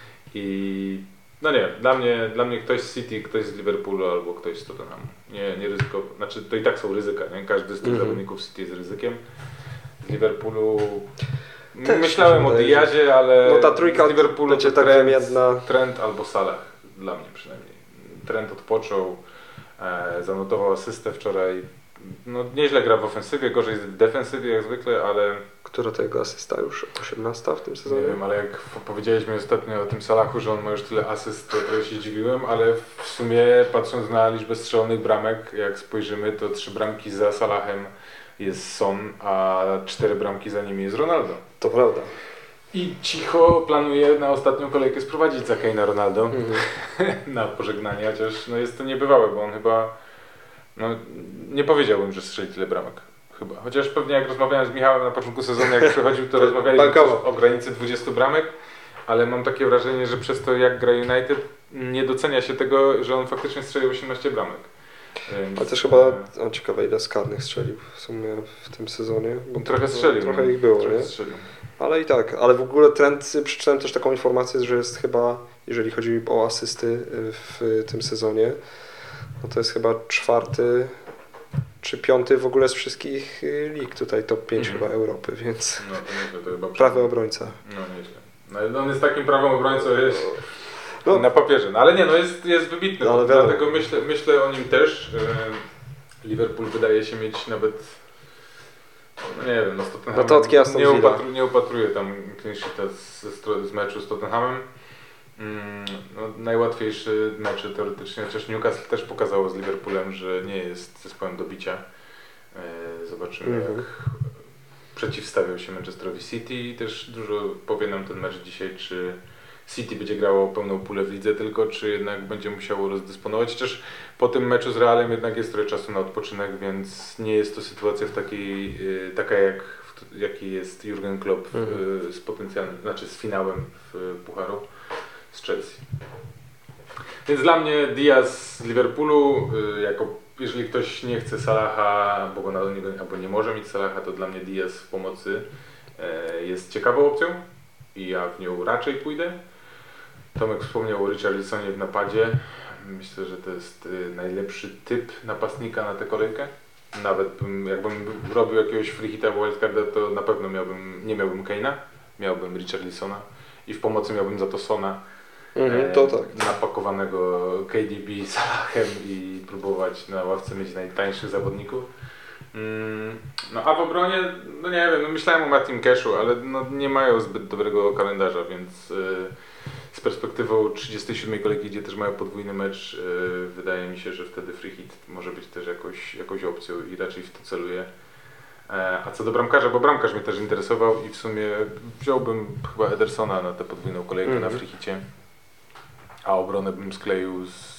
I no nie, dla mnie, dla mnie ktoś z City, ktoś z Liverpoolu albo ktoś z Tottenhamu. Nie, nie ryzyko, znaczy to i tak są ryzyka, nie? Każdy z tych mm-hmm. zawodników City jest ryzykiem. Z Liverpoolu też myślałem o Diazie, ale no ta trójka z Liverpoolu to tak Trent, jedna... Trent albo Salah, dla mnie przynajmniej. Trent odpoczął, e, zanotował asystę wczoraj. No nieźle gra w ofensywie, gorzej w defensywie jak zwykle, ale... Która to jego asysta już? osiemnasta w tym sezonie? Nie wiem, ale jak powiedziałeś mi ostatnio o tym Salahu, że on ma już tyle asyst, to trochę się dziwiłem, ale w sumie patrząc na liczbę strzelonych bramek, jak spojrzymy, to trzy bramki za Salahem jest Son, a cztery bramki za nim jest Ronaldo. To prawda. I cicho planuje na ostatnią kolejkę sprowadzić za Kane'a Ronaldo mm-hmm. na pożegnanie, chociaż no jest to niebywałe, bo on chyba, no nie powiedziałbym, że strzeli tyle bramek. Chyba. Chociaż pewnie jak rozmawiałem z Michałem na początku sezonu, jak przychodził, to rozmawialiśmy o granicy dwudziestu bramek, ale mam takie wrażenie, że przez to jak gra United nie docenia się tego, że on faktycznie strzelił osiemnaście bramek. Więc, ale też chyba, o ciekawe ile z karnych strzelił w sumie w tym sezonie. Bo trochę strzelił. Trochę ich było, trochę nie? Strzelił. Ale i tak, ale w ogóle trend, przeczytałem też taką informację, że jest chyba, jeżeli chodzi o asysty w tym sezonie, no to jest chyba czwarty czy piąty w ogóle z wszystkich lig, tutaj top pięć mm-hmm. chyba Europy, więc no, to nieźle, to chyba prawy obrońca. No nieźle. No, on jest takim prawym obrońcą jest no, na papierze, no ale nie, no jest, jest wybitny, no, dlatego myślę, myślę o nim też. Liverpool wydaje się mieć nawet No nie wiem, no z Tottenhamem No to od Aston nie, Villa. upatru, nie upatruję tam clean sheeta z, z, z meczu z Tottenhamem. Mm, no, najłatwiejszy mecze teoretycznie, chociaż Newcastle też pokazało z Liverpoolem, że nie jest zespołem do bicia. E, zobaczymy Mhm. jak przeciwstawiał się Manchesterowi City i też dużo powie nam ten mecz dzisiaj, czy City będzie grało pełną pulę w lidze tylko, czy jednak będzie musiało rozdysponować. Chociaż po tym meczu z Realem jednak jest trochę czasu na odpoczynek, więc nie jest to sytuacja w takiej, y, taka jak w, jaki jest Jurgen Klopp Mhm. y, z potencjalnym, znaczy z finałem w Pucharu z Chelsea. Więc dla mnie Diaz z Liverpoolu, y, jako jeżeli ktoś nie chce Salaha, bo go na niego albo nie może mieć Salaha, to dla mnie Diaz w pomocy y, jest ciekawą opcją i ja w nią raczej pójdę. Tomek wspomniał o Richarlisonie w napadzie. Myślę, że to jest y, najlepszy typ napastnika na tę kolejkę. Nawet bym, jakbym robił jakiegoś free hita w wildcarda, to na pewno miałbym, nie miałbym Kane'a, miałbym Richarlisona i w pomocy miałbym za to Sona. Mhm, to tak. Napakowanego K D B Salahem i próbować na ławce mieć najtańszych zawodników. Mm, no a w obronie, no nie wiem, no myślałem o Martin Cashu, ale no nie mają zbyt dobrego kalendarza, więc yy, z perspektywą trzydziestej siódmej kolejki, gdzie też mają podwójny mecz, yy, wydaje mi się, że wtedy free hit może być też jakąś, jakąś opcją i raczej w to celuję. A co do bramkarza, bo bramkarz mnie też interesował i w sumie wziąłbym chyba Edersona na tę podwójną kolejkę mm. na free hicie. A obronę bym skleił z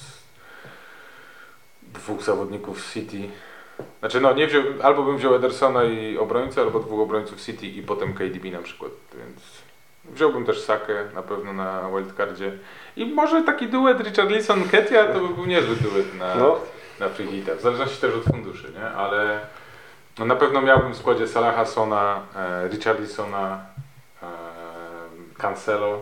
dwóch zawodników z City. Znaczy no, nie wziął, albo bym wziął Edersona i obrońcę, albo dwóch obrońców City i potem K D B na przykład, więc wziąłbym też Sakę na pewno na wildcardzie. I może taki duet Richarlison-Ketia to by był niezły duet na, no. na free hita, w zależności też od funduszy, nie? Ale no, na pewno miałbym w składzie Salaha, Sona, e, Richarlisona, e, Cancelo.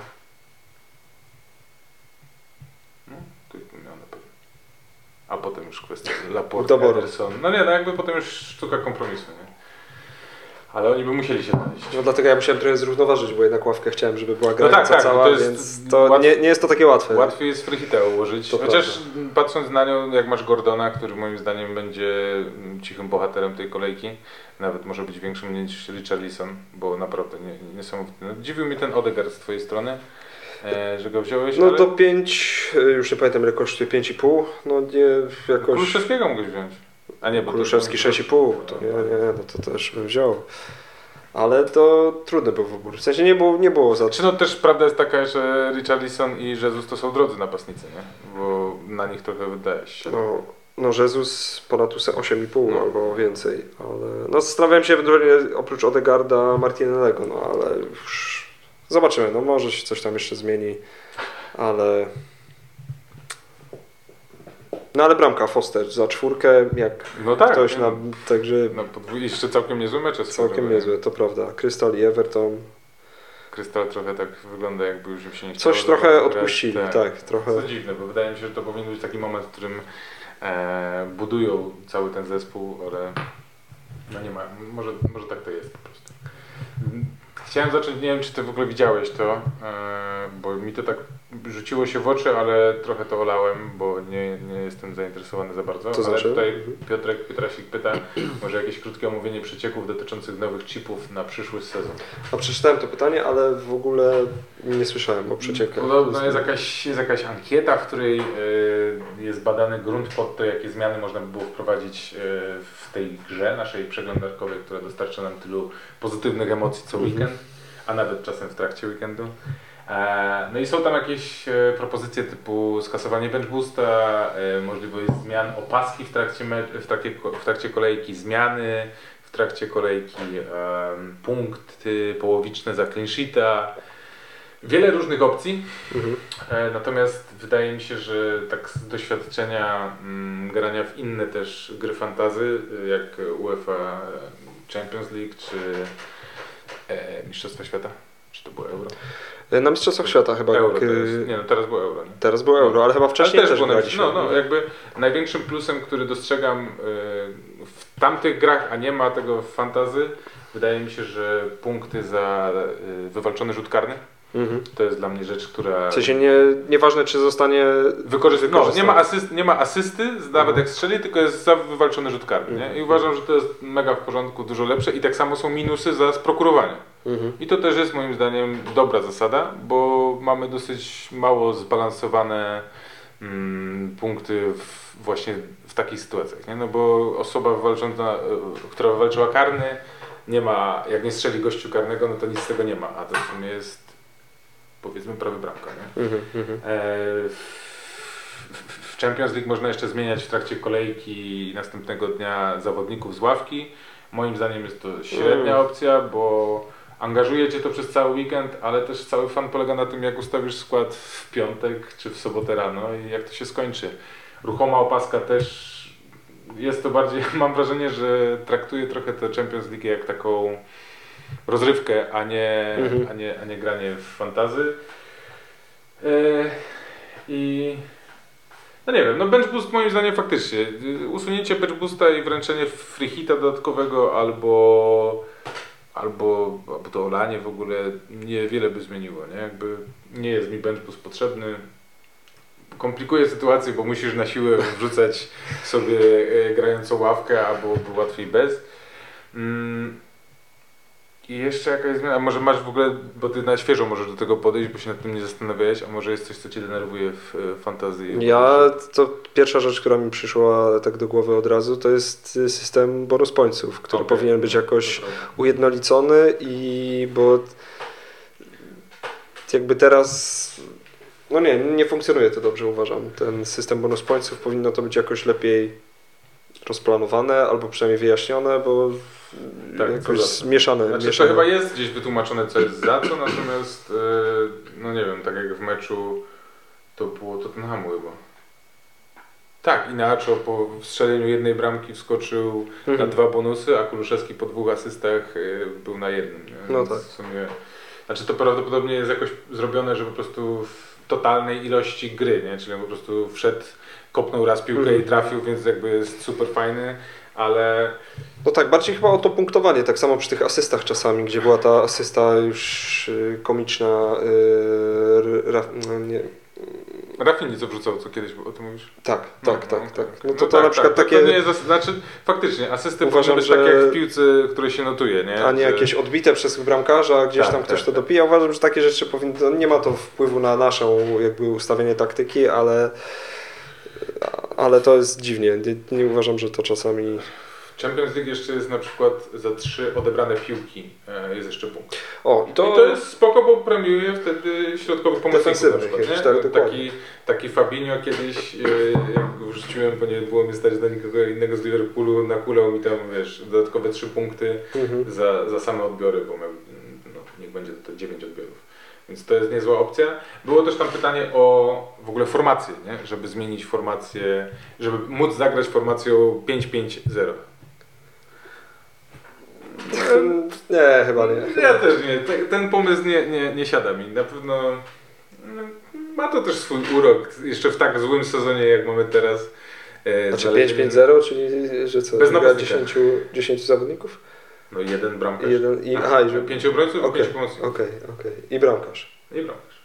A potem już kwestia Laporte, Ederson. No nie, no jakby potem już sztuka kompromisu, nie? Ale oni by musieli się znaleźć. No dlatego ja musiałem trochę zrównoważyć, bo jednak ławkę chciałem, żeby była granica no tak, tak, cała, to jest więc to łatw... nie, nie jest to takie łatwe. Łatwiej jest free hita ułożyć, to chociaż prawda. Patrząc na nią, jak masz Gordona, który moim zdaniem będzie cichym bohaterem tej kolejki, nawet może być większym niż Richarlison, bo naprawdę nie, niesamowity. No, dziwił mi ten Odegaard z twojej strony. E, że go wziąłeś, no ale... to pięć, już nie pamiętam ile kosztuje, pięć i pół, no nie jakoś... Kuluszewskiego mogłeś wziąć. A nie, bo Kuluszewski sześć i pół, to nie, nie, no to też bym wziął. Ale to trudny był wybór, w sensie nie było, nie było za... Czy no też prawda jest taka, że Richarlison i Jesus to są drodzy napastnicy, nie? Bo na nich trochę wydaje się. No, no Jesus ponad osiem i pół no. albo więcej, ale no zastanawiałem się ewentualnie oprócz Odegaarda Martinellego, no ale już zobaczymy, no może się coś tam jeszcze zmieni, ale... No ale bramka Foster za czwórkę, jak no tak, ktoś na... Także... No podwój... jeszcze całkiem niezłe mecze. Całkiem niezłe, to prawda. Crystal i Everton. Crystal trochę tak wygląda, jakby już im się nie chciało. Coś trochę odpuścili, tak, tak trochę. To dziwne, bo wydaje mi się, że to powinien być taki moment, w którym e, budują cały ten zespół, ale no nie ma, może, może tak to jest po prostu. Chciałem zacząć, nie wiem czy ty w ogóle widziałeś to, e, bo mi to tak rzuciło się w oczy, ale trochę to olałem, bo nie, nie jestem zainteresowany za bardzo. To ale znaczy? tutaj Piotrek Pietrasik pyta, może jakieś krótkie omówienie przecieków dotyczących nowych chipów na przyszły sezon. No przeczytałem to pytanie, ale w ogóle nie słyszałem o przeciekach. Podobno jest jakaś, jest jakaś ankieta, w której y, jest badany grunt pod to, jakie zmiany można by było wprowadzić y, w tej grze naszej przeglądarkowej, która dostarcza nam tylu pozytywnych emocji co weekend, a nawet czasem w trakcie weekendu. E, no i są tam jakieś e, propozycje typu skasowanie bench boosta, e, możliwość zmian opaski w trakcie, me- w, trakcie, w trakcie kolejki, zmiany w trakcie kolejki, e, punkty połowiczne za clean sheeta. Wiele różnych opcji, mhm. e, natomiast wydaje mi się, że tak z doświadczenia m, grania w inne też gry fantasy, jak UEFA Champions League czy e, Mistrzostwa Świata, czy to było Euro? Na Mistrzostwach Świata chyba. Euro teraz. Nie no, teraz było Euro. Nie? Teraz było Euro, ale chyba wcześniej ale też, też graliśmy. No, no, jakby największym plusem, który dostrzegam w tamtych grach, a nie ma tego w fantasy, wydaje mi się, że punkty za wywalczony rzut karny. Mhm. To jest dla mnie rzecz, która... W sensie nie, nieważne, czy zostanie Wykorzystane. No, wykorzystane. nie ma, asyst, nie ma asysty, nawet Mhm. jak strzeli, tylko jest za wywalczony rzut karny. Nie? Mhm. I uważam, że to jest mega w porządku, dużo lepsze i tak samo są minusy za sprokurowanie. Mhm. I to też jest moim zdaniem dobra zasada, bo mamy dosyć mało zbalansowane mm, punkty w, właśnie w takich sytuacjach. Nie? No bo osoba wywalcząca, y, która wywalczyła karny, nie ma, jak nie strzeli gościu karnego, no to nic z tego nie ma, a to w sumie jest, powiedzmy, prawy bramka. Nie? Mhm. Mhm. E, w Champions League można jeszcze zmieniać w trakcie kolejki następnego dnia zawodników z ławki. Moim zdaniem jest to średnia opcja, bo angażuje cię to przez cały weekend, ale też cały fan polega na tym, jak ustawisz skład w piątek czy w sobotę rano i jak to się skończy. Ruchoma opaska też jest to bardziej, mam wrażenie, że traktuje trochę tę Champions League jak taką rozrywkę, a nie, Mhm. a nie, a nie granie w fantazy. Yy, I no nie wiem, no bench boost moim zdaniem faktycznie. Yy, usunięcie bench boosta i wręczenie free hita dodatkowego albo albo, albo to olanie w ogóle niewiele by zmieniło, nie? Jakby nie jest mi bench boost potrzebny. Komplikuje sytuację, bo musisz na siłę wrzucać sobie yy, grającą ławkę, albo by łatwiej bez. Mm. I jeszcze jakaś zmiana, a może masz w ogóle, bo ty na świeżo możesz do tego podejść, bo się nad tym nie zastanawiałeś, a może jest coś, co cię denerwuje w e, fantazji? Ja, to pierwsza rzecz, która mi przyszła tak do głowy od razu, to jest system bonus pointsów, który Okay. powinien być jakoś ujednolicony i bo jakby teraz, no nie, nie funkcjonuje to dobrze, uważam. Ten system bonus pointsów powinno to być jakoś lepiej rozplanowane albo przynajmniej wyjaśnione, bo tak, jakoś co mieszane. Znaczy mieszane. to chyba jest gdzieś wytłumaczone, co jest za co, natomiast e, no nie wiem, tak jak w meczu to było Tottenhamu chyba. Tak, Inacho po strzeleniu jednej bramki wskoczył Mhm. na dwa bonusy, a Kuluszewski po dwóch asystach e, był na jednym. Nie? No Więc tak. W sumie, znaczy to prawdopodobnie jest jakoś zrobione, że po prostu w totalnej ilości gry, nie? Czyli on po prostu wszedł, kopnął raz piłkę Mhm. i trafił, więc jakby jest super fajny, ale No tak, bardziej chyba o to punktowanie, tak samo przy tych asystach czasami, gdzie była ta asysta już y, komiczna, y, ra, no nie, Rafini co wrzucał, co kiedyś o tym mówisz? tak, No, tak, no, tak, tak. No No to, to tak, na przykład tak. takie, To nie jest, zas- znaczy faktycznie, asysty Uważam, powinny być że- takie jak w piłce, które się notuje, nie? a nie Że- jakieś odbite przez bramkarza, gdzieś Tak, tam ktoś tak, to tak. dopija. Uważam, że takie rzeczy powinno, nie ma to wpływu na naszą jakby ustawienie taktyki, ale, ale to jest dziwnie. Nie, nie uważam, że to czasami... W Champions League jeszcze jest na przykład za trzy odebrane piłki, e, jest jeszcze punkt. O, i to... I to jest spoko, bo premiuje wtedy środkowych pomocników na Defensywnych przykład, nie? jakichś, tak, dokładnie. taki, taki Fabinho kiedyś, e, jak go wrzuciłem, bo nie było mi stać do nikogo innego z Liverpoolu, nakulał mi tam, wiesz, dodatkowe trzy punkty Mhm. za, za same odbiory, bo miał, no, niech będzie to dziewięć odbiorów. Więc to jest niezła opcja. Było też tam pytanie o w ogóle formację, nie? Żeby zmienić formację, żeby móc zagrać formacją pięć pięć zero. Nie, chyba nie. Ja też nie. Te- Ten pomysł nie, nie, nie siada mi. Na pewno no, ma to też swój urok. Jeszcze w tak złym sezonie, jak mamy teraz. E, Znaczy znalezienie- pięć pięć zero, czyli że co, Bez gra napastnika. dziesięciu, dziesięciu zawodników? No jeden bramkarz. I jeden, i, aha, i że... Pięciu obrońców i Okej, pięciu pomocników. okej, okej. I bramkarz. I bramkarz.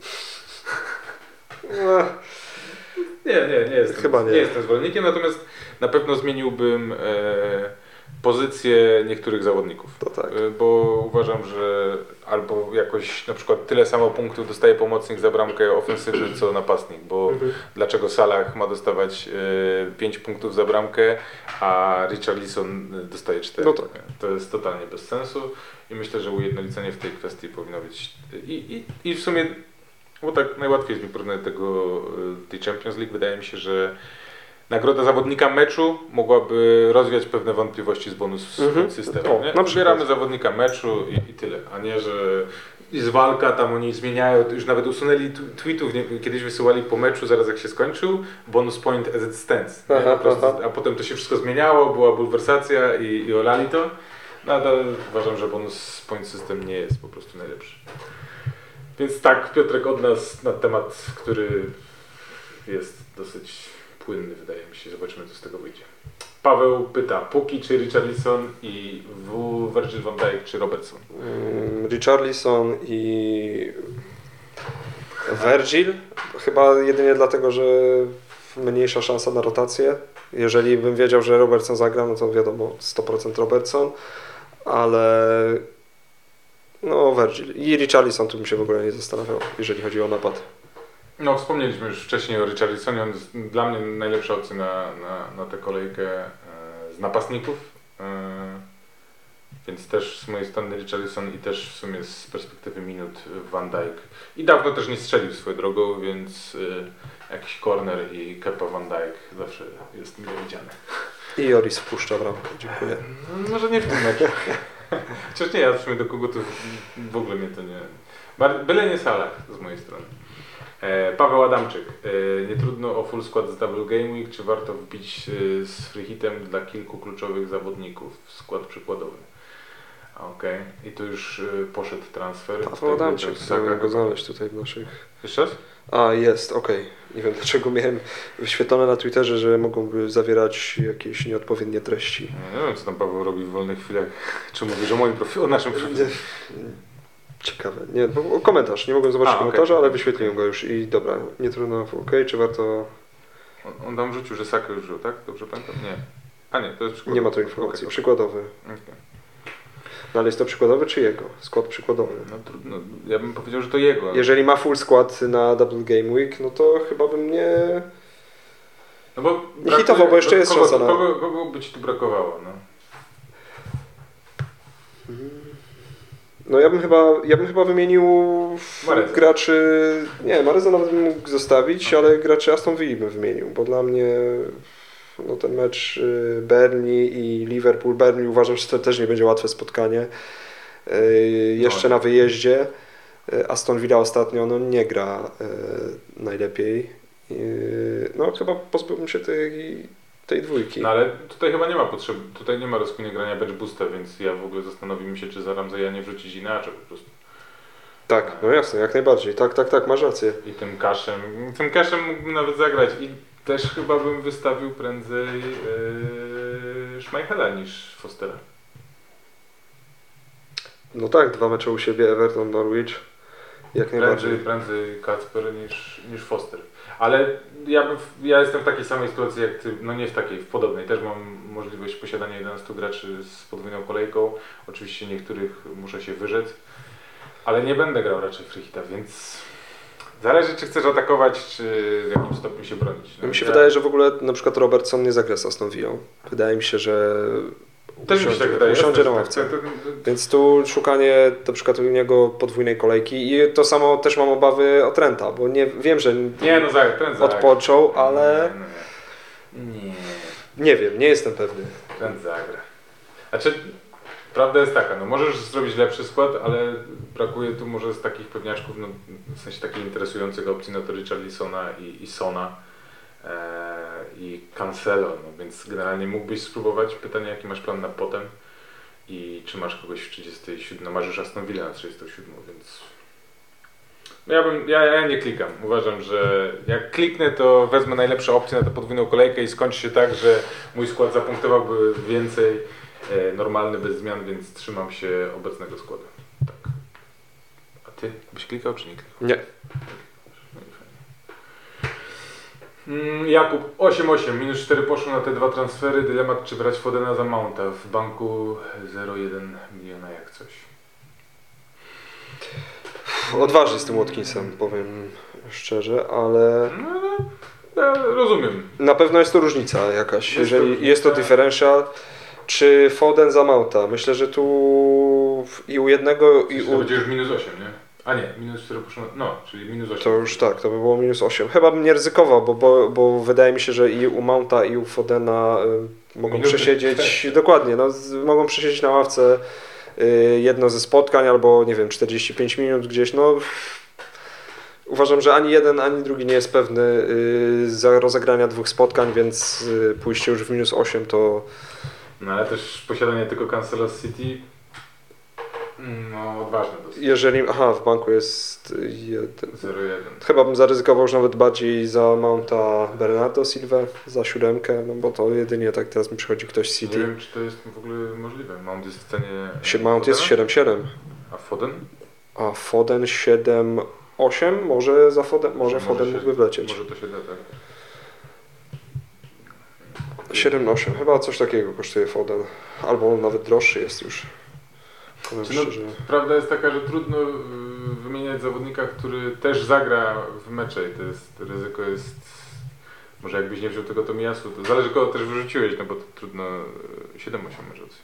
No, Nie, nie, nie jestem, Chyba nie. nie jestem zwolennikiem, natomiast na pewno zmieniłbym e, pozycję niektórych zawodników. to tak. E, bo uważam, że albo jakoś na przykład tyle samo punktów dostaje pomocnik za bramkę ofensywny co napastnik, bo Mhm. dlaczego Salah ma dostawać e, pięć punktów za bramkę, a Richarlison dostaje cztery. No tak. To jest totalnie bez sensu i myślę, że ujednolicenie w tej kwestii powinno być i, i, i w sumie, bo tak najłatwiej jest mi porównać tego, y, tej Champions League. Wydaje mi się, że nagroda zawodnika meczu mogłaby rozwiać pewne wątpliwości z bonus Mhm. systemem. O, Nie? na przykład. Wybieramy zawodnika meczu i, i tyle, a nie, że jest walka, tam oni zmieniają, już nawet usunęli tu- tweetów, nie, kiedyś wysyłali po meczu, zaraz jak się skończył, bonus point as it stands. Nie? Aha, Po prostu, aha. a potem to się wszystko zmieniało, była bulwersacja i, i olali to. Nadal uważam, że bonus point system nie jest po prostu najlepszy. Więc tak, Piotrek, od nas na temat, który jest dosyć płynny, wydaje mi się. Zobaczymy, co z tego wyjdzie. Paweł pyta, Puki czy Richarlison i w Virgil van Dijk czy Robertson? Mm, Richarlison i Virgil. Chyba jedynie dlatego, że mniejsza szansa na rotację. Jeżeli bym wiedział, że Robertson zagra, no to wiadomo sto procent Robertson, ale no Virgil i Richarlison tu bym się w ogóle nie zastanawiał, jeżeli chodzi o napad. No wspomnieliśmy już wcześniej o Richarlisonie, on jest dla mnie najlepsza opcja na, na, na tę kolejkę e, z napastników. E, Więc też z mojej strony Richarlison i też w sumie z perspektywy minut Van Dijk. I dawno też nie strzelił swoją drogą, więc y, jakiś corner i Kepa Van Dijk zawsze jest mile widziany. I Joris wpuszcza bramkę, dziękuję. No, może nie w tym meczu. Chociaż nie, ja w sumie do kogutów w ogóle mnie to nie... Byle nie Salah z mojej strony. E, Paweł Adamczyk. E, nie trudno o full skład z Double Game Week, czy warto wbić e, z free hitem dla kilku kluczowych zawodników w skład przykładowy? Okej, okay. I tu już y, poszedł transfer. Paweł Adamczyk, chciałem go znaleźć tutaj w naszych... Jeszcze raz? A, jest, okej. Okay. Nie wiem dlaczego miałem wyświetlone na Twitterze, że mogą zawierać jakieś nieodpowiednie treści. No, nie wiem, co tam Paweł robi w wolnych chwilach. Czy mówisz o moim profilu, o naszym profilu? Ciekawe. Nie, bo komentarz. Nie mogłem zobaczyć A, komentarza, okay. ale wyświetliłem go już i dobra, nie trudno, okej, okay, czy warto... On, on tam rzucił, że Saka już żył, tak? Dobrze pamiętam? Nie. A nie, to jest przykładowy. Nie ma tu informacji. Okay. Przykładowy. Okay. No ale jest to przykładowy czy jego? Skład przykładowy. No trudno, ja bym powiedział, że to jego. Ale... Jeżeli ma full skład na Double Game Week, no to chyba bym nie... No bo nie hitował, bo jeszcze jest kogo, szansa na... Kogo, kogo by ci tu brakowało, no? No ja bym chyba, ja bym chyba wymienił Mareza. graczy... Nie, Mareza nawet bym mógł zostawić, okay. Ale graczy Aston Villa bym wymienił, bo dla mnie... No ten mecz Burnley i Liverpool. Burnley uważam, że to też nie będzie łatwe spotkanie. Jeszcze no. na wyjeździe. Aston Villa ostatnio no, nie gra najlepiej. No chyba pozbyłbym się tej, tej dwójki. No ale tutaj chyba nie ma potrzeby, tutaj nie ma rozkminy grania bench boosta, więc ja w ogóle zastanowiłem się, czy za Ramsaya nie wrzucić inaczej po prostu. Tak, no jasne, jak najbardziej. Tak, tak, tak, masz rację. I tym Cashem, tym Cashem mógłbym nawet zagrać i też chyba bym wystawił prędzej yy, Schmeichela niż Fostera. No tak, dwa mecze u siebie, Everton, Norwich. Jak prędzej, najbardziej. Prędzej Kacper niż, niż Foster. Ale ja, bym, ja jestem w takiej samej sytuacji jak ty, no nie w takiej, w podobnej. Też mam możliwość posiadania jedenastu graczy z podwójną kolejką. Oczywiście niektórych muszę się wyrzec. Ale nie będę grał raczej free hita, więc zależy, czy chcesz atakować, czy w jakim stopniu się bronić. No, mi się ja... wydaje, że w ogóle na przykład Robertson nie zagra z Aston Villą. Wydaje mi się, że też mi się tak wydaje. Usiądzie na ławce. Tak, to, to, to... Więc tu szukanie na przykład u niego podwójnej kolejki i to samo też mam obawy o Trenta, bo nie wiem, że nie, no zagra, Trent odpoczął, zagra. ale nie, no nie. nie. Nie wiem, nie jestem pewny. Trent zagra. Znaczy, prawda jest taka, no możesz zrobić lepszy skład, ale brakuje tu może z takich pewniaczków, no, w sensie takich interesujących opcji, no to Richarlisona i, i Sona e, i Cancelo, no więc generalnie mógłbyś spróbować. Pytanie, jaki masz plan na potem i czy masz kogoś w trzydziestym siódmym, no masz już Aston Villa na trzydziestym siódmym, więc no ja, bym, ja, ja nie klikam. Uważam, że jak kliknę, to wezmę najlepsze opcje na tę podwójną kolejkę i skończy się tak, że mój skład zapunktowałby więcej, normalny, bez zmian, więc trzymam się obecnego składu. Tak. A ty byś klikał, czy nie klikał? Nie. No i fajnie. Mm, Jakub, osiem osiem, minus cztery poszło na te dwa transfery. Dylemat, czy brać Fodena za Mounta w banku zero przecinek jeden miliona jak coś. Odważnie z tym Watkinsem, powiem szczerze, ale... No, ja rozumiem. Na pewno jest to różnica jakaś, Jest jeżeli to różnica. jest to differential. Czy Foden za Mounta? Myślę, że tu i u jednego i To u... będzie już minus osiem, nie? A nie, minus cztery poszło na... No, czyli minus osiem. To już tak, to by było minus osiem. Chyba bym nie ryzykował, bo, bo, bo wydaje mi się, że i u Mounta i u Fodena y, mogą Minusy. przesiedzieć, dokładnie, no, z, mogą przesiedzieć na ławce y, jedno ze spotkań albo nie wiem, czterdzieści pięć minut gdzieś, no... Uważam, że ani jeden, ani drugi nie jest pewny y, za rozegrania dwóch spotkań, więc y, pójście już w minus osiem to... No ale też posiadanie tylko Cancelo z City, no odważne dosyć. Jeżeli, aha, w banku jest jeden. zero jeden. Chyba bym zaryzykował już nawet bardziej za Mounta Bernardo Silva, za siódemkę, no bo to jedynie tak teraz mi przychodzi ktoś z Nie City. wiem, czy to jest w ogóle możliwe. Mount jest w cenie... Sie- Mount jest siedem siedem. A Foden? A Foden siedem osiem, może za Foden, może, może Foden się, mógłby wlecieć. Może to się da, tak. siedem osiem, chyba coś takiego kosztuje Foden. Albo nawet droższy jest już. Powiem Czy no, szczerze. prawda jest taka, że trudno y, wymieniać zawodnika, który też zagra w meczu i to jest, ryzyko jest, może jakbyś nie wziął tego Tomiyasu, to zależy kogo też wyrzuciłeś, no bo to trudno, siedem osiem może rzucić.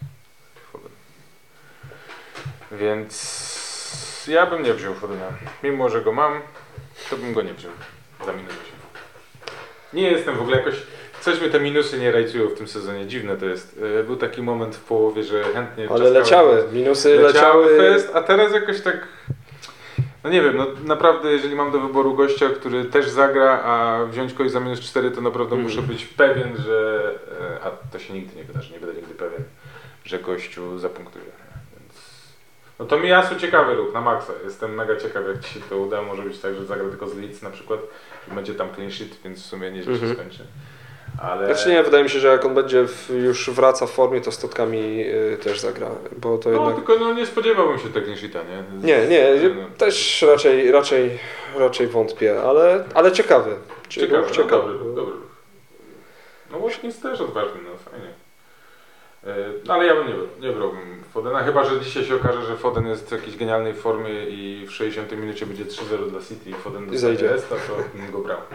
Więc ja bym nie wziął Fodena. Mimo, że go mam, to bym go nie wziął za minus osiem. Nie jestem w ogóle jakoś, coś mi te minusy nie rajcują w tym sezonie, dziwne to jest. Był taki moment w połowie, że chętnie... Ale leciały, minusy leciały. leciały fest, a teraz jakoś tak... No nie wiem, no naprawdę jeżeli mam do wyboru gościa, który też zagra, a wziąć kogoś za minus cztery, to naprawdę mm. muszę być pewien, że... A to się nigdy nie wydarzy, nie będę nigdy pewien, że gościu zapunktuje. No to Tomiyasu ciekawy ruch, na maksa. Jestem mega ciekaw, jak Ci się to uda. Może być tak, że zagra tylko z Leeds na przykład i będzie tam clean sheet, więc w sumie nieźle mm-hmm. się skończy. Ale... Znaczy nie, wydaje mi się, że jak on będzie w, już wraca w formie, to z Totkami y, też zagra, bo to no jednak... tylko no, nie spodziewałbym się tego clean sheeta, nie? Z... Nie, nie, no. też raczej, raczej, raczej wątpię, ale, ale ciekawy. Ciekawy, ruch, no, ciekawy. dobry, dobry ruch. No Watkins też odważny, no fajnie. No ale ja bym nie, nie brałbym Fodena, chyba że dzisiaj się okaże, że Foden jest w jakiejś genialnej formie i w sześćdziesiątej minucie będzie trzy zero dla City i Foden dostaje jest, to bym go brał.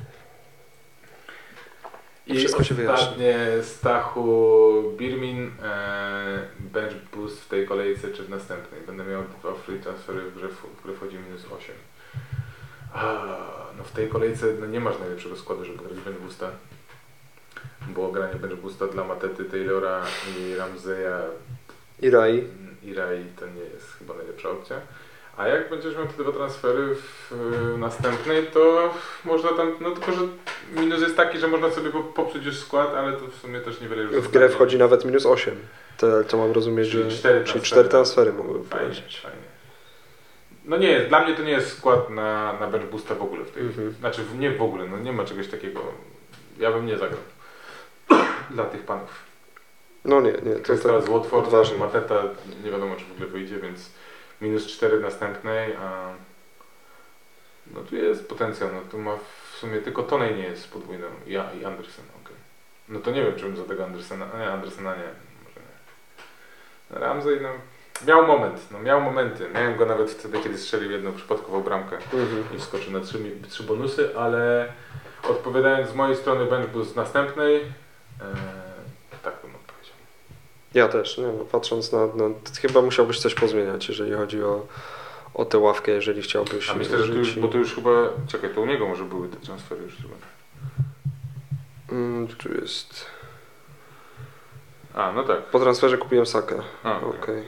I wszystko się ostatnie Stachu Birmin, e, bench boost w tej kolejce czy w następnej. Będę miał dwa free transfery, w grze, w grze wchodzi minus osiem. A, no w tej kolejce no nie masz najlepszego składu, żeby grać bench boosta. Bo granie bench boosta dla Matety, Taylora i Ramseya i Rai. I Rai to nie jest chyba najlepsza opcja. A jak będziesz miał te dwa transfery w y, następnej, to można tam, no tylko że minus jest taki, że można sobie popsuć już skład, ale to w sumie też niewiele już w grę wchodzi nawet minus osiem. To, to mam rozumieć, czyli że cztery czyli transfery, cztery transfery mogły fajnie, wchodzić. fajnie. No nie jest, dla mnie to nie jest skład na, na bench boosta w ogóle w tej mm-hmm. Znaczy nie w ogóle, no nie ma czegoś takiego. Ja bym nie zagrał. Dla tych panów. No nie, nie. To jest teraz z Watford, Mateta nie wiadomo czy w ogóle wyjdzie, więc minus cztery następnej, a no tu jest potencjał, no tu ma w sumie tylko Toney nie jest podwójną, ja i Andersen, okej. Okay. No to nie wiem czy bym za tego Andersena, nie, Andersena nie, może nie. No Ramsey no, miał moment, no miał momenty, miałem go nawet wtedy kiedy strzelił jedną przypadkową bramkę mm-hmm. i wskoczył na trzy, trzy bonusy, ale odpowiadając z mojej strony bench boost następnej, ee, tak bym odpowiedział. Ja też, nie, no, patrząc na, no, chyba musiałbyś coś pozmieniać, jeżeli chodzi o, o tę ławkę, jeżeli chciałbyś. A myślę, że tu już, bo to już chyba, czekaj, to u niego może były te transfery już chyba. Mm, tu jest. A, no tak. Po transferze kupiłem Sakę. Okej. Okay. Okay.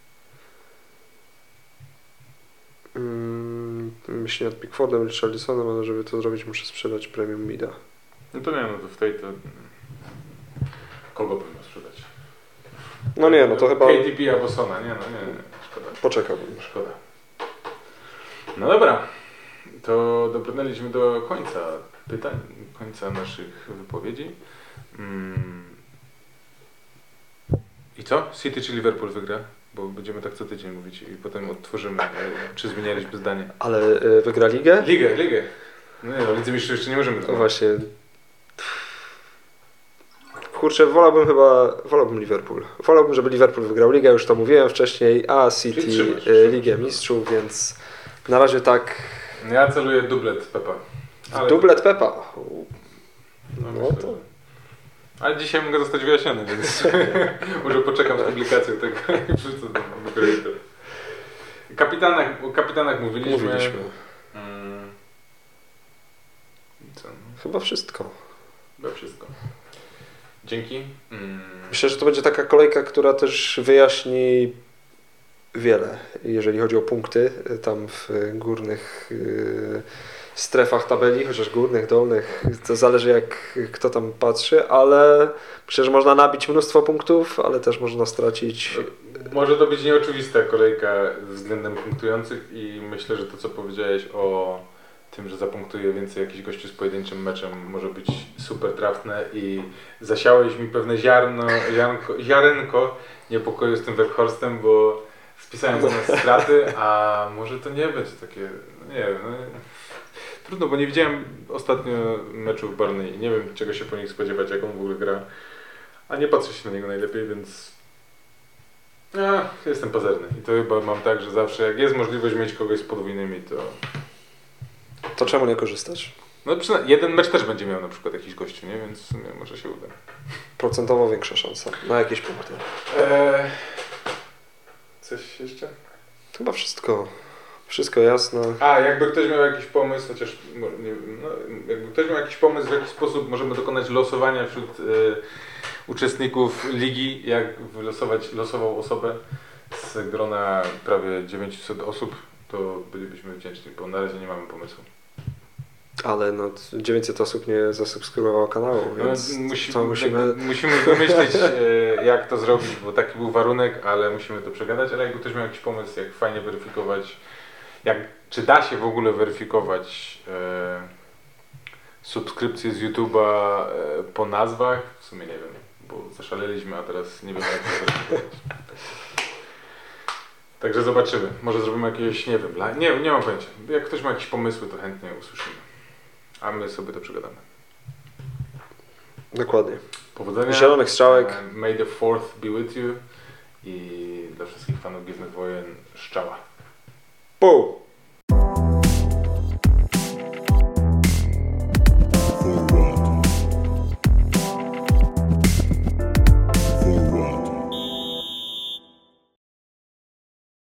Mm, myślę nad Pickfordem, Richarlisonem, ale żeby to zrobić muszę sprzedać premium mida. No to nie, no to w tej to... Kogo bym miał sprzedać? No nie, no to chyba... K D B albo Sona, nie no, nie, nie, szkoda. Poczekałbym. Szkoda. No dobra, to dobrnęliśmy do końca pytań, końca naszych wypowiedzi. Mm. I co? City czy Liverpool wygra? Bo będziemy tak co tydzień mówić i potem odtworzymy, czy zmienialiśmy zdanie. Ale y, wygra ligę? Ligę, ligę. No nie no, Lidze Mistrzów jeszcze nie możemy. No właśnie. Kurczę, wolałbym chyba, wolałbym Liverpool. Wolałbym, żeby Liverpool wygrał ligę, już to mówiłem wcześniej, a City trzymasz, y, Ligę Mistrzów, więc na razie tak... Ja celuję dublet Pepa. Ale dublet to... Pepa? No, no myślę, to... Że... Ale dzisiaj mogę zostać wyjaśniony, więc może poczekam z publikacją tego i wrzucę do projektu. Kapitanach, o kapitanach mówiliśmy. Mówiliśmy. Hmm. Co? Chyba wszystko. Chyba wszystko. Dzięki. Hmm. Myślę, że to będzie taka kolejka, która też wyjaśni wiele, jeżeli chodzi o punkty tam w górnych yy, strefach tabeli, chociaż górnych, dolnych, to zależy jak kto tam patrzy, ale myślę, że można nabić mnóstwo punktów, ale też można stracić. Może to być nieoczywista kolejka względem punktujących i myślę, że to co powiedziałeś o tym, że zapunktuje więcej jakiś gościu z pojedynczym meczem może być super trafne i zasiałeś mi pewne ziarno, ziarnko, ziarenko niepokoju z tym Weghorstem, bo Spisałem zamiast straty, a może to nie będzie takie, no nie wiem, no, trudno, bo nie widziałem ostatnio meczów Barney i nie wiem czego się po nich spodziewać, jak on w ogóle gra, a nie patrzę się na niego najlepiej, więc ja jestem pazerny i to chyba mam tak, że zawsze jak jest możliwość mieć kogoś z podwójnymi, to... To czemu nie korzystać? No przynajmniej jeden mecz też będzie miał na przykład jakiś gościu, nie? Więc w sumie może się uda. Procentowo większa szansa na jakieś punkty. Eee, coś jeszcze? Chyba wszystko. Wszystko jasne. A, jakby ktoś miał jakiś pomysł, chociaż mo- nie wiem, no, jakby ktoś miał jakiś pomysł, w jaki sposób możemy dokonać losowania wśród e, uczestników ligi, jak wylosować losową osobę z grona prawie dziewięćset osób, to bylibyśmy wdzięczni, bo na razie nie mamy pomysłu. Ale no dziewięćset osób nie zasubskrybowało kanału, No, więc musi, to musimy... musimy wymyślić e, jak to zrobić, bo taki był warunek, ale musimy to przegadać, ale jakby ktoś miał jakiś pomysł, jak fajnie weryfikować, jak, czy da się w ogóle weryfikować e, subskrypcje z YouTube'a e, po nazwach, w sumie nie wiem, bo zaszaleliśmy, a teraz nie wiem jak to weryfikować. Także zobaczymy, może zrobimy jakieś, nie wiem, la- nie, nie mam pojęcia, jak ktoś ma jakieś pomysły, to chętnie usłyszymy, a my sobie to przegadamy. Dokładnie. Powodzenia. Zielonych strzałek. E, May the fourth be with you. I dla wszystkich fanów Gwiezdnych Wojen szczała. Pół!